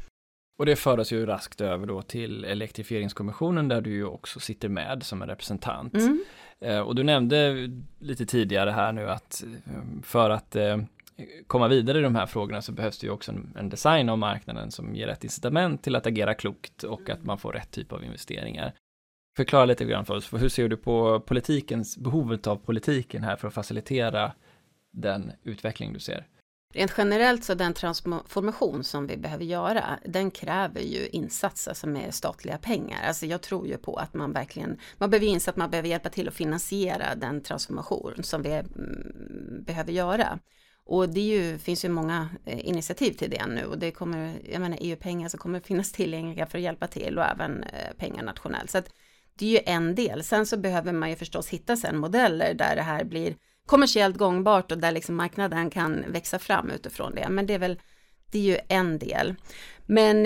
Och det för oss ju raskt över då till elektrifieringskommissionen, där du ju också sitter med som en representant. Och du nämnde lite tidigare här nu att för att komma vidare i de här frågorna så behövs det ju också en design av marknaden som ger rätt incitament till att agera klokt och att man får rätt typ av investeringar. Förklara lite grann för oss, hur ser du på behovet av politiken här för att facilitera den utveckling du ser? Rent generellt så den transformation som vi behöver göra, den kräver ju insatser som är statliga pengar. Alltså jag tror ju på att man behöver inse att man behöver hjälpa till att finansiera den transformation som vi behöver göra. Och det finns ju många initiativ till det nu, och det kommer, EU-pengar som kommer finnas tillgängliga för att hjälpa till, och även pengar nationellt. Så att Det är ju en del. Sen så behöver man ju förstås hitta sen modeller där det här blir kommersiellt gångbart och där liksom marknaden kan växa fram utifrån det. Men det är ju en del. Men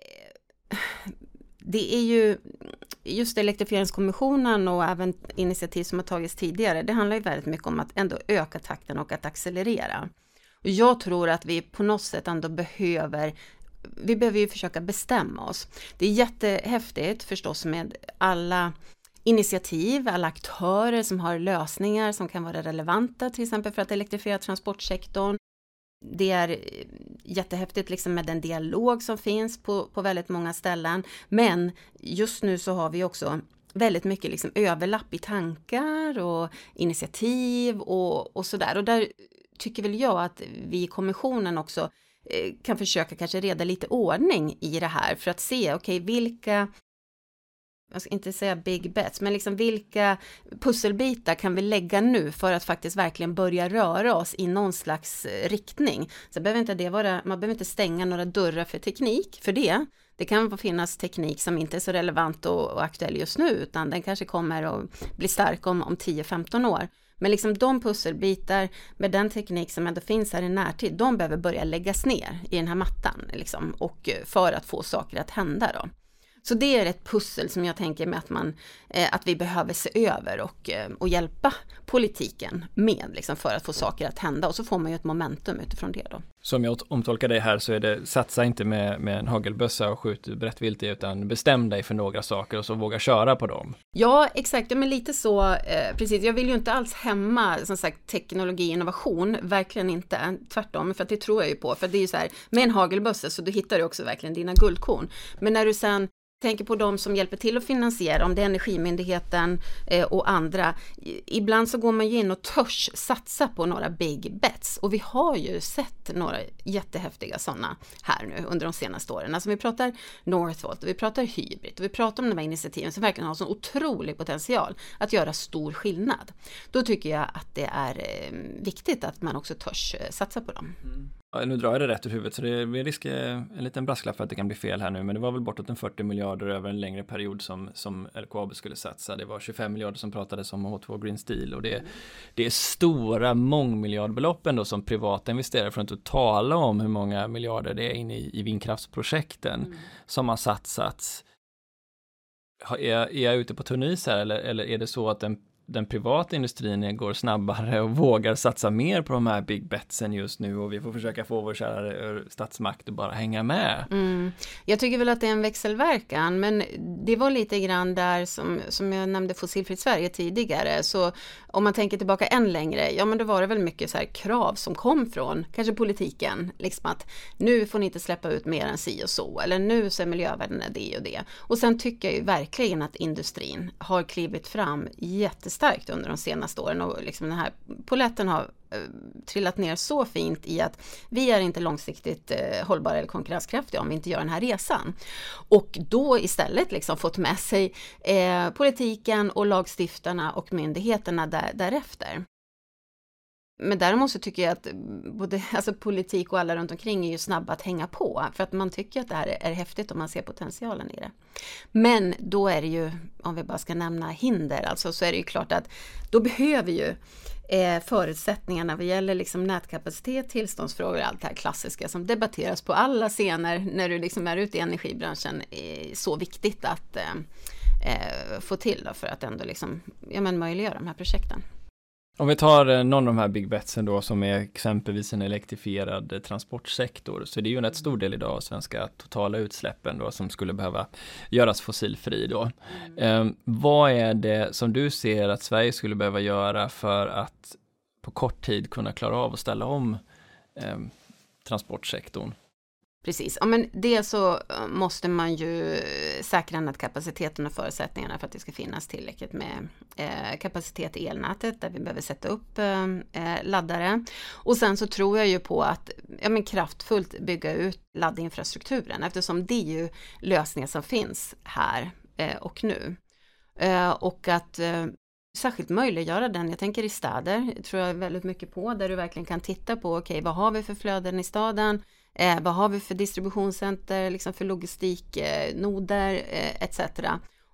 det är ju just elektrifieringskommissionen och även initiativ som har tagits tidigare. Det handlar ju väldigt mycket om att ändå öka takten och att accelerera. Och jag tror att vi på något sätt ändå behöver ju försöka bestämma oss. Det är jättehäftigt förstås med alla initiativ, alla aktörer som har lösningar som kan vara relevanta till exempel för att elektrifiera transportsektorn. Det är jättehäftigt liksom med den dialog som finns på väldigt många ställen. Men just nu så har vi också väldigt mycket liksom överlapp i tankar och initiativ och sådär. Och där tycker väl jag att vi i kommissionen också kan försöka kanske reda lite ordning i det här för att se vilka, jag ska inte säga big bets, men liksom vilka pusselbitar kan vi lägga nu för att faktiskt verkligen börja röra oss i någon slags riktning. Så behöver inte det vara, man behöver inte stänga några dörrar för teknik för det. Det kan finnas teknik som inte är så relevant och aktuell just nu, utan den kanske kommer att bli stark om 10-15 år. Men liksom de pusselbitar med den teknik som ändå finns här i närtid, de behöver börja läggas ner i den här mattan liksom, och för att få saker att hända då. Så det är ett pussel som jag tänker med att vi behöver se över och hjälpa politiken med liksom, för att få saker att hända. Och så får man ju ett momentum utifrån det då. Som jag omtolkar dig här så är det satsa inte med en hagelbössa och skjut brett vilt i, utan bestäm dig för några saker och så våga köra på dem. Ja, exakt. Ja, men lite så, precis. Jag vill ju inte alls hämma som sagt teknologi och innovation, verkligen inte. Tvärtom, för att det tror jag ju på. För det är ju så här, med en hagelbössa så du hittar du också verkligen dina guldkorn. Men när du sen tänker på de som hjälper till att finansiera, om det är Energimyndigheten och andra. Ibland så går man ju in och törs satsa på några big bets. Och vi har ju sett några jättehäftiga sådana här nu under de senaste åren. Alltså vi pratar Northvolt och vi pratar Hybrid och vi pratar om de här initiativen som verkligen har så otrolig potential att göra stor skillnad. Då tycker jag att det är viktigt att man också törs satsa på dem. Ja, nu drar jag det rätt ur huvudet så det är risk en liten brasklapp för att det kan bli fel här nu, men det var väl bortåt en 40 miljarder över en längre period som LKAB skulle satsa. Det var 25 miljarder som pratades om H2 Green Steel och det är stora mångmiljardbelopp ändå som privata investerare, för att inte tala om hur många miljarder det är inne i vindkraftsprojekten som har satsats. Är jag ute på tunn is här eller är det så att den privata industrin går snabbare och vågar satsa mer på de här big betsen just nu och vi får försöka få vår kära statsmakt att bara hänga med. Jag tycker väl att det är en växelverkan, men det var lite grann där som jag nämnde Fossilfritt Sverige tidigare, så om man tänker tillbaka än längre, ja men då var det väl mycket så här krav som kom från kanske politiken, liksom att nu får ni inte släppa ut mer än si och så, eller nu så är miljövärdena det och det. Och sen tycker jag ju verkligen att industrin har klivit fram jättestarkt under de senaste åren och liksom den här poletten har trillat ner så fint i att vi är inte långsiktigt hållbara eller konkurrenskraftiga om vi inte gör den här resan. Och då istället liksom fått med sig politiken och lagstiftarna och myndigheterna därefter. Men däremot så tycker jag att både politik och alla runt omkring är ju snabba att hänga på, för att man tycker att det här är häftigt om man ser potentialen i det. Men då är det ju, om vi bara ska nämna hinder, alltså, så är det ju klart att då behöver ju förutsättningarna vad gäller liksom nätkapacitet, tillståndsfrågor och allt det här klassiska som debatteras på alla scener när du liksom är ute i energibranschen är så viktigt att få till då, för att ändå liksom, möjliggöra de här projekten. Om vi tar någon av de här big betsen då som är exempelvis en elektrifierad transportsektor, så det är ju en rätt stor del idag av svenska totala utsläppen då som skulle behöva göras fossilfri då. Vad är det som du ser att Sverige skulle behöva göra för att på kort tid kunna klara av att ställa om transportsektorn? Precis, ja, men det så måste man ju säkra nätkapaciteten och förutsättningarna för att det ska finnas tillräckligt med kapacitet i elnätet där vi behöver sätta upp laddare. Och sen så tror jag ju på att kraftfullt bygga ut laddinfrastrukturen, eftersom det är ju lösningar som finns här och nu. Och att särskilt möjliggöra den, jag tänker i städer, tror jag väldigt mycket på, där du verkligen kan titta på vad har vi för flöden i staden? Vad har vi för distributionscenter, liksom för logistiknoder etc.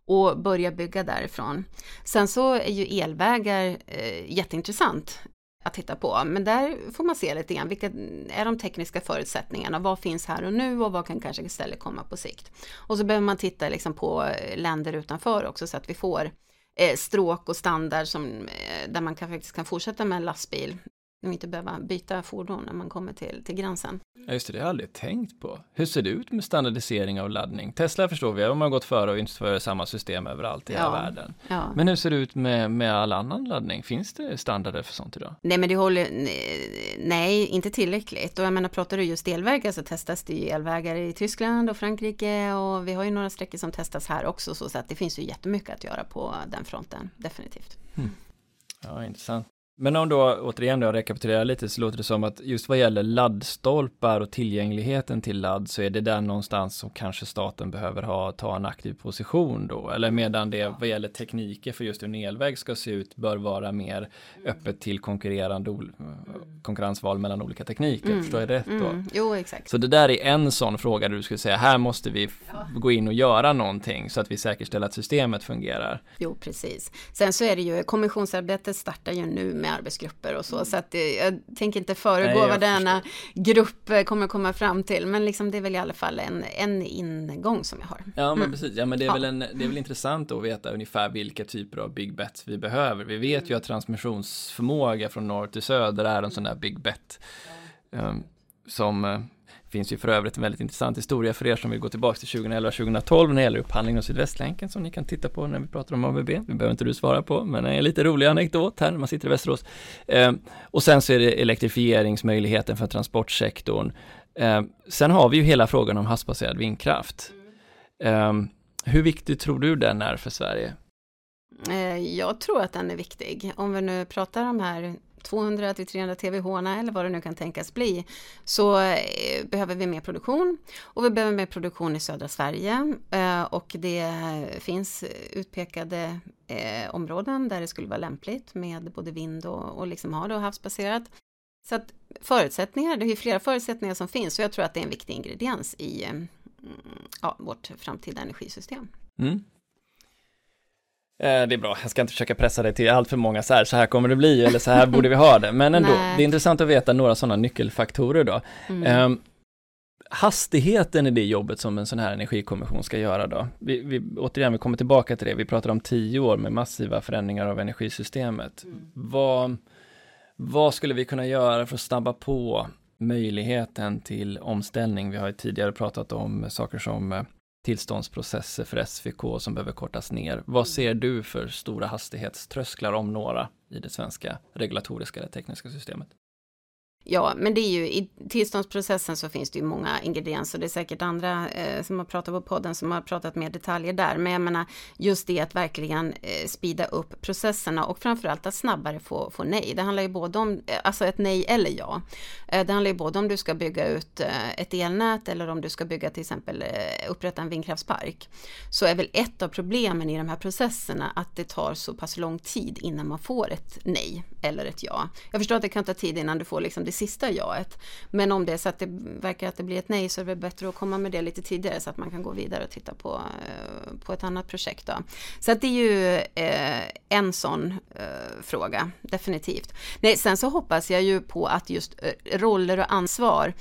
och börja bygga därifrån. Sen så är ju elvägar jätteintressant att titta på, men där får man se lite grann vilka är de tekniska förutsättningarna, vad finns här och nu och vad kan kanske istället komma på sikt. Och så behöver man titta liksom på länder utanför också så att vi får stråk och standard där man faktiskt kan fortsätta med en lastbil och inte behöva byta fordon när man kommer till gränsen. Ja, just det har jag aldrig tänkt på. Hur ser det ut med standardisering av laddning? Tesla förstår vi, de har gått före och infört samma system överallt i hela världen. Ja. Men hur ser det ut med all annan laddning? Finns det standarder för sånt idag? Nej, men nej, inte tillräckligt. Och jag menar, pratar du just elvägar så testas det ju elvägar i Tyskland och Frankrike och vi har ju några sträckor som testas här också, så att det finns ju jättemycket att göra på den fronten, definitivt. Ja, intressant. Men om då återigen rekapitulerar lite, så låter det som att just vad gäller laddstolpar och tillgängligheten till ladd så är det där någonstans som kanske staten behöver ta en aktiv position då, eller medan det vad gäller tekniker för just hur en elväg ska se ut bör vara mer öppet till konkurrensval mellan olika tekniker, förstår jag rätt då? Jo, exakt. Så det där är en sån fråga där du skulle säga, här måste vi gå in och göra någonting så att vi säkerställer att systemet fungerar. Jo, precis. Sen så är det ju, kommissionsarbetet startar ju nu med arbetsgrupper och så att jag tänker inte föregå vad denna grupp kommer komma fram till, men liksom det är väl i alla fall en ingång som jag har. Ja, men precis. Ja, men det är väl intressant att veta ungefär vilka typer av big bets vi behöver. Vi vet ju att transmissionsförmåga från norr till söder är en sån där big bet som finns ju för övrigt en väldigt intressant historia för er som vill gå tillbaka till 2011-2012 när det gäller upphandling av Sydvästlänken som ni kan titta på när vi pratar om ABB. Det behöver inte du svara på, men en lite rolig anekdot här när man sitter i Västerås. Och sen så är det elektrifieringsmöjligheten för transportsektorn. Sen har vi ju hela frågan om havsbaserad vindkraft. Hur viktig tror du den är för Sverige? Jag tror att den är viktig. Om vi nu pratar om här 200-300 TWh eller vad det nu kan tänkas bli, så behöver vi mer produktion och vi behöver mer produktion i södra Sverige och det finns utpekade områden där det skulle vara lämpligt med både vind och liksom ha det och havsbaserat. Så att förutsättningar, det är ju flera förutsättningar som finns och jag tror att det är en viktig ingrediens i vårt framtida energisystem. Det är bra, jag ska inte försöka pressa dig till allt för många så här kommer det bli eller så här borde vi ha det, men ändå, det är intressant att veta några sådana nyckelfaktorer då. Hastigheten är det jobbet som en sån här energikommission ska göra då. Vi kommer tillbaka till det, vi pratar om 10 år med massiva förändringar av energisystemet. Vad skulle vi kunna göra för att snabba på möjligheten till omställning? Vi har ju tidigare pratat om saker som tillståndsprocesser för SVK som behöver kortas ner. Vad ser du för stora hastighetströsklar om några i det svenska regulatoriska eller tekniska systemet? Ja, men det är ju i tillståndsprocessen så finns det ju många ingredienser. Det är säkert andra som har pratat på podden som har pratat mer detaljer där. Men jag menar just det att verkligen speeda upp processerna och framförallt att snabbare få nej. Det handlar ju både om alltså ett nej eller ja. Det handlar ju både om du ska bygga ut ett elnät eller om du ska bygga till exempel upprätta en vindkraftspark. Så är väl ett av problemen i de här processerna att det tar så pass lång tid innan man får ett nej eller ett ja. Jag förstår att det kan ta tid innan du får liksom det sista jaet. Men om det är så att det verkar att det blir ett nej så är det bättre att komma med det lite tidigare så att man kan gå vidare och titta på ett annat projekt då. Så att det är ju en sån fråga, definitivt. Nej, sen så hoppas jag ju på att just roller och ansvar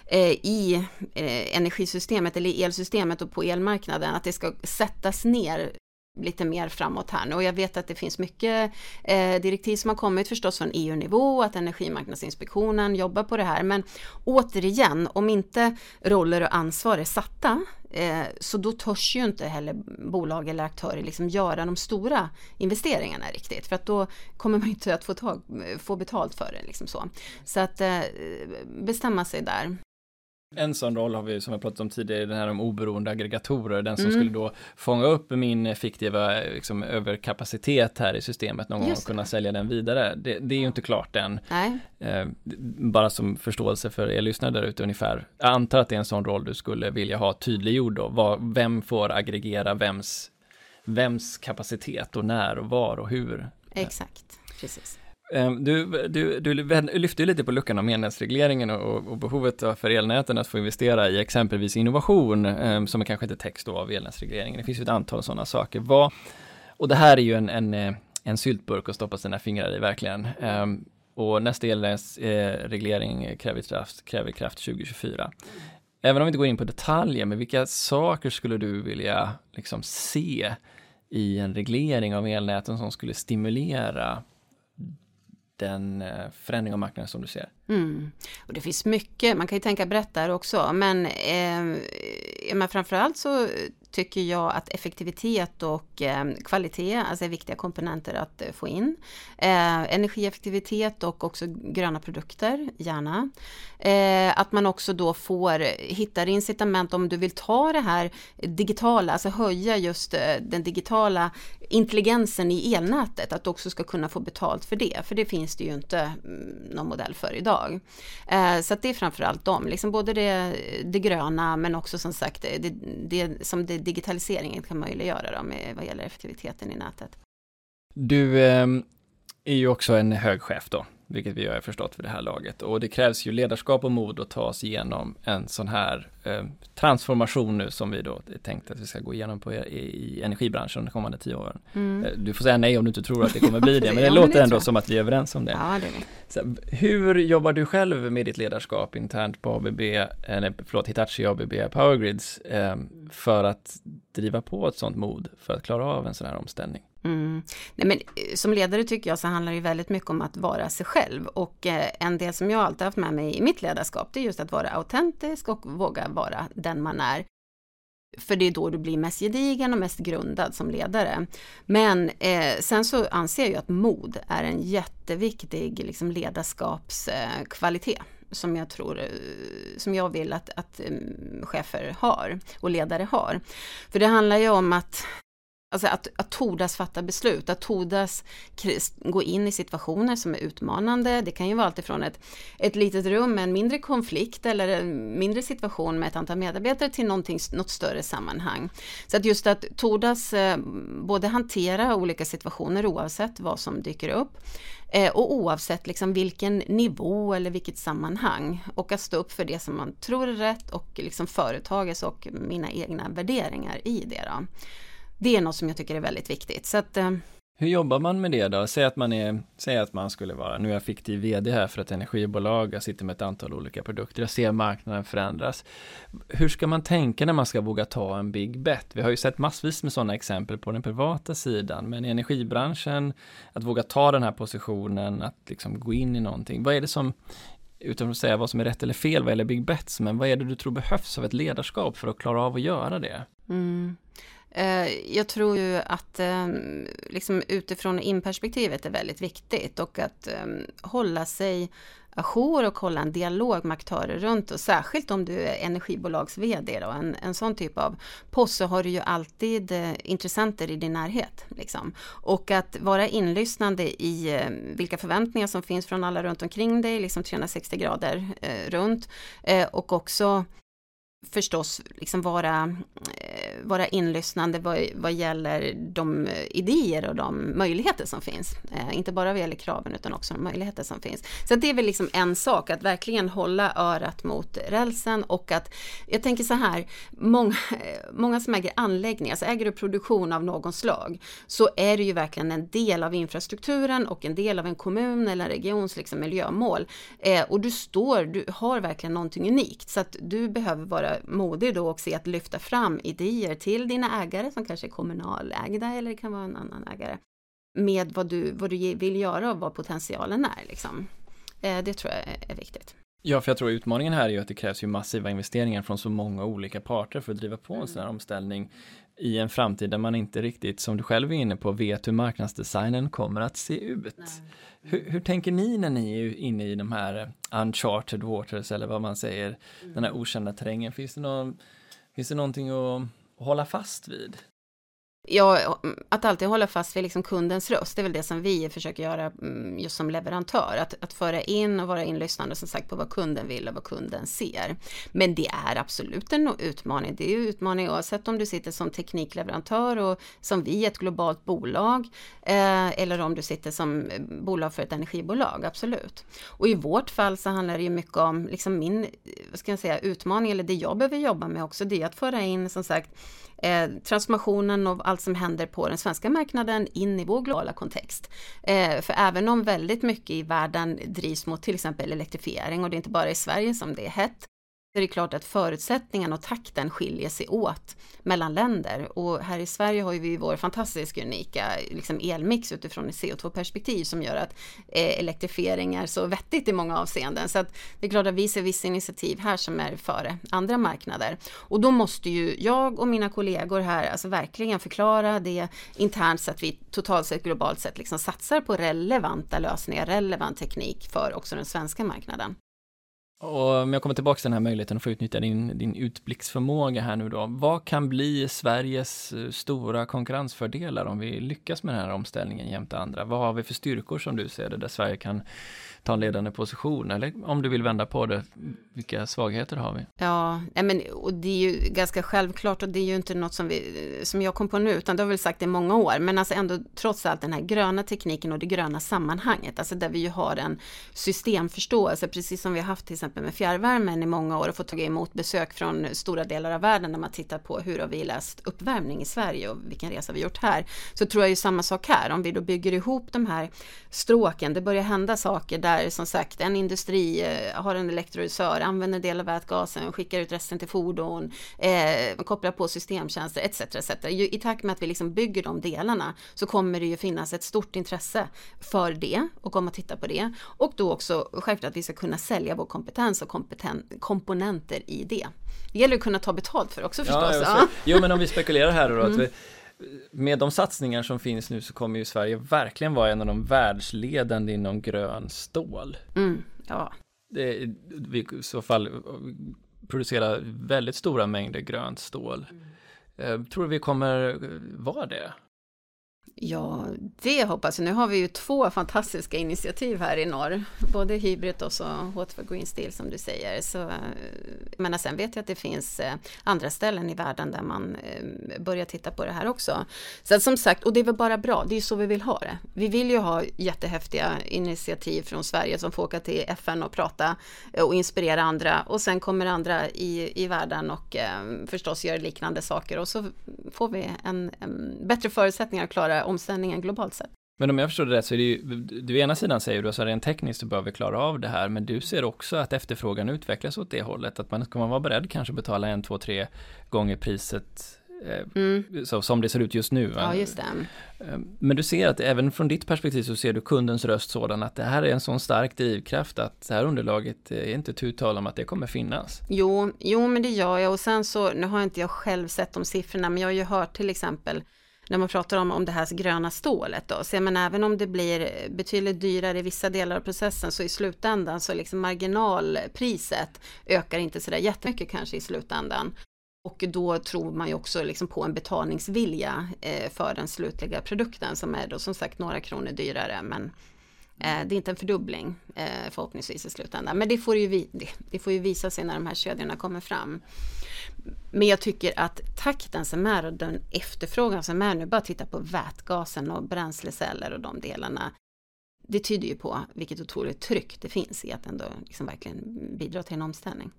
i energisystemet eller i elsystemet och på elmarknaden, att det ska sättas ner lite mer framåt här nu. Och jag vet att det finns mycket direktiv som har kommit förstås från EU-nivå, att Energimarknadsinspektionen jobbar på det här. Men återigen, om inte roller och ansvar är satta så då törs ju inte heller bolag eller aktörer liksom göra de stora investeringarna riktigt. För att då kommer man inte att få betalt för det. Liksom så att bestämma sig där. En sån roll har vi som jag pratat om tidigare, den här om oberoende aggregatorer, den som skulle då fånga upp min fiktiva liksom, överkapacitet här i systemet någon gång och kunna sälja den vidare. Det är ju inte klart än. Nej. Bara som förståelse för er lyssnare där ute ungefär. Jag antar att det är en sån roll du skulle vilja ha tydliggjord då. Vem får aggregera vems kapacitet och när och var och hur? Exakt, precis. Du lyfte lite på luckan om elnätsregleringen och behovet för elnäten att få investera i exempelvis innovation som är kanske inte täcks då av elnätsregleringen. Det finns ju ett antal sådana saker. Och det här är ju en syltburk att stoppa sina fingrar i verkligen. Och nästa elnätsreglering kräver kraft 2024. Även om vi inte går in på detaljer, men vilka saker skulle du vilja liksom se i en reglering av elnäten som skulle stimulera den förändring av marknaden som du ser? Och det finns mycket, man kan ju tänka brett där också, men framförallt så tycker jag att effektivitet och kvalitet alltså är viktiga komponenter att få in. Energieffektivitet och också gröna produkter, gärna. Att man också då hittar incitament om du vill ta det här digitala, alltså höja just den digitala intelligensen i elnätet, att du också ska kunna få betalt för det. För det finns det ju inte någon modell för idag. Så att det är framförallt liksom både det gröna, men också som sagt det som digitaliseringen kan möjliggöra då vad gäller effektiviteten i nätet. Du är ju också en hög chef då, vilket vi har förstått för det här laget. Och det krävs ju ledarskap och mod att ta oss igenom en sån här transformation nu som vi då tänkte att vi ska gå igenom i energibranschen de kommande 10 åren. Du får säga nej om du inte tror att det kommer bli det, men det låter ändå som att vi är överens om det. Ja, det är det. Så, hur jobbar du själv med ditt ledarskap internt på Hitachi ABB Powergrids för att driva på ett sånt mod för att klara av en sån här omställning? Nej, men som ledare tycker jag så handlar det väldigt mycket om att vara sig själv, och en del som jag alltid haft med mig i mitt ledarskap, det är just att vara autentisk och våga vara den man är. För det är då du blir mest gedigen och mest grundad som ledare. Men sen så anser jag ju att mod är en jätteviktig liksom, ledarskapskvalitet som jag vill att chefer har och ledare har. För det handlar ju om att tordas fatta beslut, att tordas gå in i situationer som är utmanande. Det kan ju vara allt ifrån ett litet rum med en mindre konflikt eller en mindre situation med ett antal medarbetare till något större sammanhang. Så att just att tordas både hantera olika situationer oavsett vad som dyker upp och oavsett liksom vilken nivå eller vilket sammanhang, och att stå upp för det som man tror är rätt och liksom företagets och mina egna värderingar i det då. Det är något som jag tycker är väldigt viktigt. Så att, hur jobbar man med det då? Säg att man skulle vara, nu är jag fiktiv vd här för ett energibolag, jag sitter med ett antal olika produkter, jag ser marknaden förändras. Hur ska man tänka när man ska våga ta en big bet? Vi har ju sett massvis med sådana exempel på den privata sidan, men i energibranschen, att våga ta den här positionen, att liksom gå in i någonting. Vad är det som, utan att säga vad som är rätt eller fel vad gäller big bets, men vad är det du tror behövs av ett ledarskap för att klara av att göra det? Jag tror ju att liksom utifrån in-perspektivet är väldigt viktigt, och att hålla sig ajour och hålla en dialog med aktörer runt, och särskilt om du är energibolags vd då, en sån typ av post, så har du ju alltid intressenter i din närhet liksom. Och att vara inlyssnande i vilka förväntningar som finns från alla runt omkring dig, liksom 360 grader runt, och också förstås liksom vara inlyssnande vad gäller de idéer och de möjligheter som finns. Inte bara vad gäller kraven utan också de möjligheter som finns. Så det är väl liksom en sak, att verkligen hålla örat mot rälsen, och att jag tänker så här, många som äger anläggningar, så äger du produktion av någon slag, så är det ju verkligen en del av infrastrukturen och en del av en kommun eller en regions liksom miljömål. Och du har verkligen någonting unikt, så att du behöver vara modig då och se att lyfta fram idéer till dina ägare som kanske är kommunalägda eller det kan vara en annan ägare, med vad du vill göra och vad potentialen är liksom. Det tror jag är viktigt. Ja, för jag tror utmaningen här är ju att det krävs ju massiva investeringar från så många olika parter för att driva på en sån här omställning i en framtid där man inte riktigt, som du själv är inne på, vet hur marknadsdesignen kommer att se ut. Hur tänker ni när ni är inne i de här uncharted waters, eller vad man säger, den här okända terrängen? Finns det någonting att hålla fast vid? Ja, att alltid hålla fast vid liksom kundens röst, det är väl det som vi försöker göra just som leverantör. Att föra in och vara inlyssnande som sagt på vad kunden vill och vad kunden ser. Men det är absolut en utmaning. Det är ju utmaning oavsett om du sitter som teknikleverantör och som vi ett globalt bolag eller om du sitter som bolag för ett energibolag, absolut. Och i vårt fall så handlar det ju mycket om liksom min, vad ska jag säga, utmaning eller det jag behöver jobba med också, det är att föra in som sagt transformationen och allt som händer på den svenska marknaden in i vår globala kontext. För även om väldigt mycket i världen drivs mot till exempel elektrifiering och det är inte bara i Sverige som det är hett, så är det klart att förutsättningarna och takten skiljer sig åt mellan länder. Och här i Sverige har vi vår fantastiskt unika liksom elmix utifrån ett CO2-perspektiv som gör att elektrifiering är så vettigt i många avseenden. Så att det är klart att vi ser vissa initiativ här som är före andra marknader. Och då måste ju jag och mina kollegor här alltså verkligen förklara det internt så att vi totalt sett globalt sett liksom satsar på relevanta lösningar, relevant teknik för också den svenska marknaden. Och om jag kommer tillbaka till den här möjligheten att få utnyttja din utblicksförmåga här nu då. Vad kan bli Sveriges stora konkurrensfördelar om vi lyckas med den här omställningen jämte andra? Vad har vi för styrkor som du ser det där Sverige kan ta en ledande position? Eller om du vill vända på det, vilka svagheter har vi? Ja, men, och det är ju ganska självklart och det är ju inte något som jag kom på nu utan det har väl sagt i många år. Men alltså ändå trots allt den här gröna tekniken och det gröna sammanhanget, alltså där vi ju har en systemförståelse precis som vi har haft till exempel med fjärrvärmen i många år och fått ta emot besök från stora delar av världen när man tittar på hur har vi läst uppvärmning i Sverige och vilken resa vi gjort här. Så tror jag ju samma sak här, om vi då bygger ihop de här stråken, det börjar hända saker där som sagt en industri har en elektrolysör, använder del av vätgasen, skickar ut resten till fordon, kopplar på systemtjänster etc. etc. I takt med att vi liksom bygger de delarna så kommer det ju finnas ett stort intresse för det och komma och titta på det och då också självklart att vi ska kunna sälja vår kompetens och komponenter i det. Det gäller att kunna ta betalt för också förstås. Ja. Jo, men om vi spekulerar här då att med de satsningar som finns nu så kommer ju Sverige verkligen vara en av de världsledande inom grön stål. Ja. Vi i så fall producerar väldigt stora mängder grönt stål. Tror du vi kommer vara det? Ja, det hoppas jag. Nu har vi ju 2 fantastiska initiativ här i norr. Både Hybrid och så H2 Green Steel som du säger. Så, men sen vet jag att det finns andra ställen i världen där man börjar titta på det här också. Så som sagt, och det är väl bara bra. Det är så vi vill ha det. Vi vill ju ha jättehäftiga initiativ från Sverige som får åka till FN och prata och inspirera andra. Och sen kommer andra i världen och förstås gör liknande saker. Och så får vi en bättre förutsättningar att klara omställningen globalt sett. Men om jag förstår det rätt så är det ju, du ena sidan säger du att rent tekniskt så bör vi klara av det här, men du ser också att efterfrågan utvecklas åt det hållet, att man ska vara beredd kanske betala 1, 2, 3 gånger priset så, som det ser ut just nu. Va? Ja, just det. Men du ser att även från ditt perspektiv så ser du kundens röst sådan att det här är en sån stark drivkraft att det här underlaget är inte ett uttal om att det kommer finnas. Jo, men det gör jag och sen så, nu har inte jag själv sett de siffrorna, men jag har ju hört till exempel när man pratar om det här gröna stålet då. Så men även om det blir betydligt dyrare i vissa delar av processen så i slutändan så liksom marginalpriset ökar inte så där jättemycket kanske i slutändan. Och då tror man ju också liksom på en betalningsvilja för den slutliga produkten som är då som sagt några kronor dyrare, men det är inte en fördubbling förhoppningsvis i slutändan. Men det får ju visa sig när de här kedjorna kommer fram. Men jag tycker att takten som är och den efterfrågan som är nu, bara titta på vätgasen och bränsleceller och de delarna, det tyder ju på vilket otroligt tryck det finns i att ändå liksom verkligen bidra till en omställning.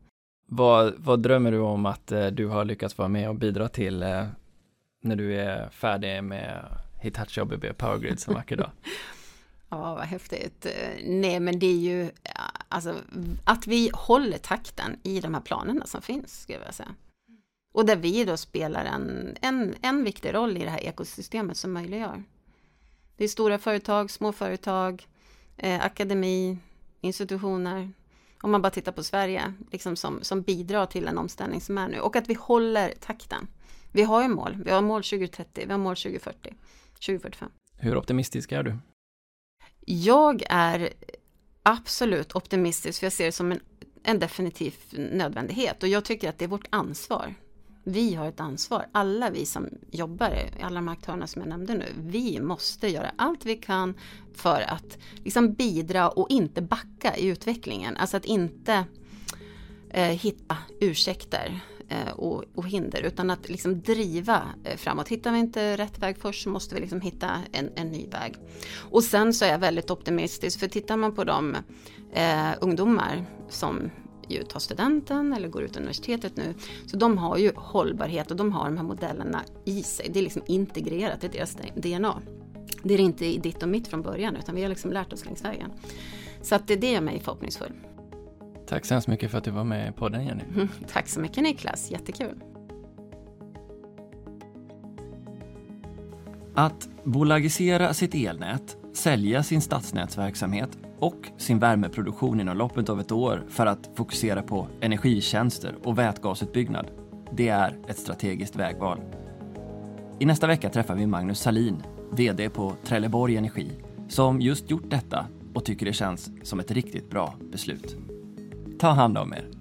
Vad drömmer du om att du har lyckats vara med och bidra till när du är färdig med Hitachi ABB Power Grid som vacker dag? Ja, vad häftigt. Nej, men det är ju alltså, att vi håller takten i de här planerna som finns, skulle jag säga. Och där vi då spelar en viktig roll i det här ekosystemet som möjliggör. Det är stora företag, små företag, akademi, institutioner. Om man bara tittar på Sverige liksom som bidrar till en omställning som är nu. Och att vi håller takten. Vi har ju mål. Vi har mål 2030, vi har mål 2040, 2045. Hur optimistisk är du? Jag är absolut optimistisk för jag ser det som en definitiv nödvändighet. Och jag tycker att det är vårt ansvar Vi har ett ansvar, alla vi som jobbar, alla de aktörerna som jag nämnde nu, vi måste göra allt vi kan för att liksom bidra och inte backa i utvecklingen. Alltså att inte hitta ursäkter och hinder, utan att liksom driva framåt. Hittar vi inte rätt väg först så måste vi liksom hitta en ny väg. Och sen så är jag väldigt optimistisk, för tittar man på de ungdomar som ju tar studenten eller går ut universitetet nu, så de har ju hållbarhet och de har de här modellerna i sig. Det är liksom integrerat i deras DNA. Det är inte i ditt och mitt från början, utan vi har liksom lärt oss längs vägen. Så att det gör mig förhoppningsfull. Tack så hemskt mycket för att du var med i podden, Jenny. Tack så mycket, Niklas, jättekul. Att bolagisera sitt elnät, sälja sin stadsnätsverksamhet och sin värmeproduktion inom loppet av ett år för att fokusera på energitjänster och vätgasutbyggnad, det är ett strategiskt vägval. I nästa vecka träffar vi Magnus Salin, vd på Trelleborg Energi, som just gjort detta och tycker det känns som ett riktigt bra beslut. Ta hand om er.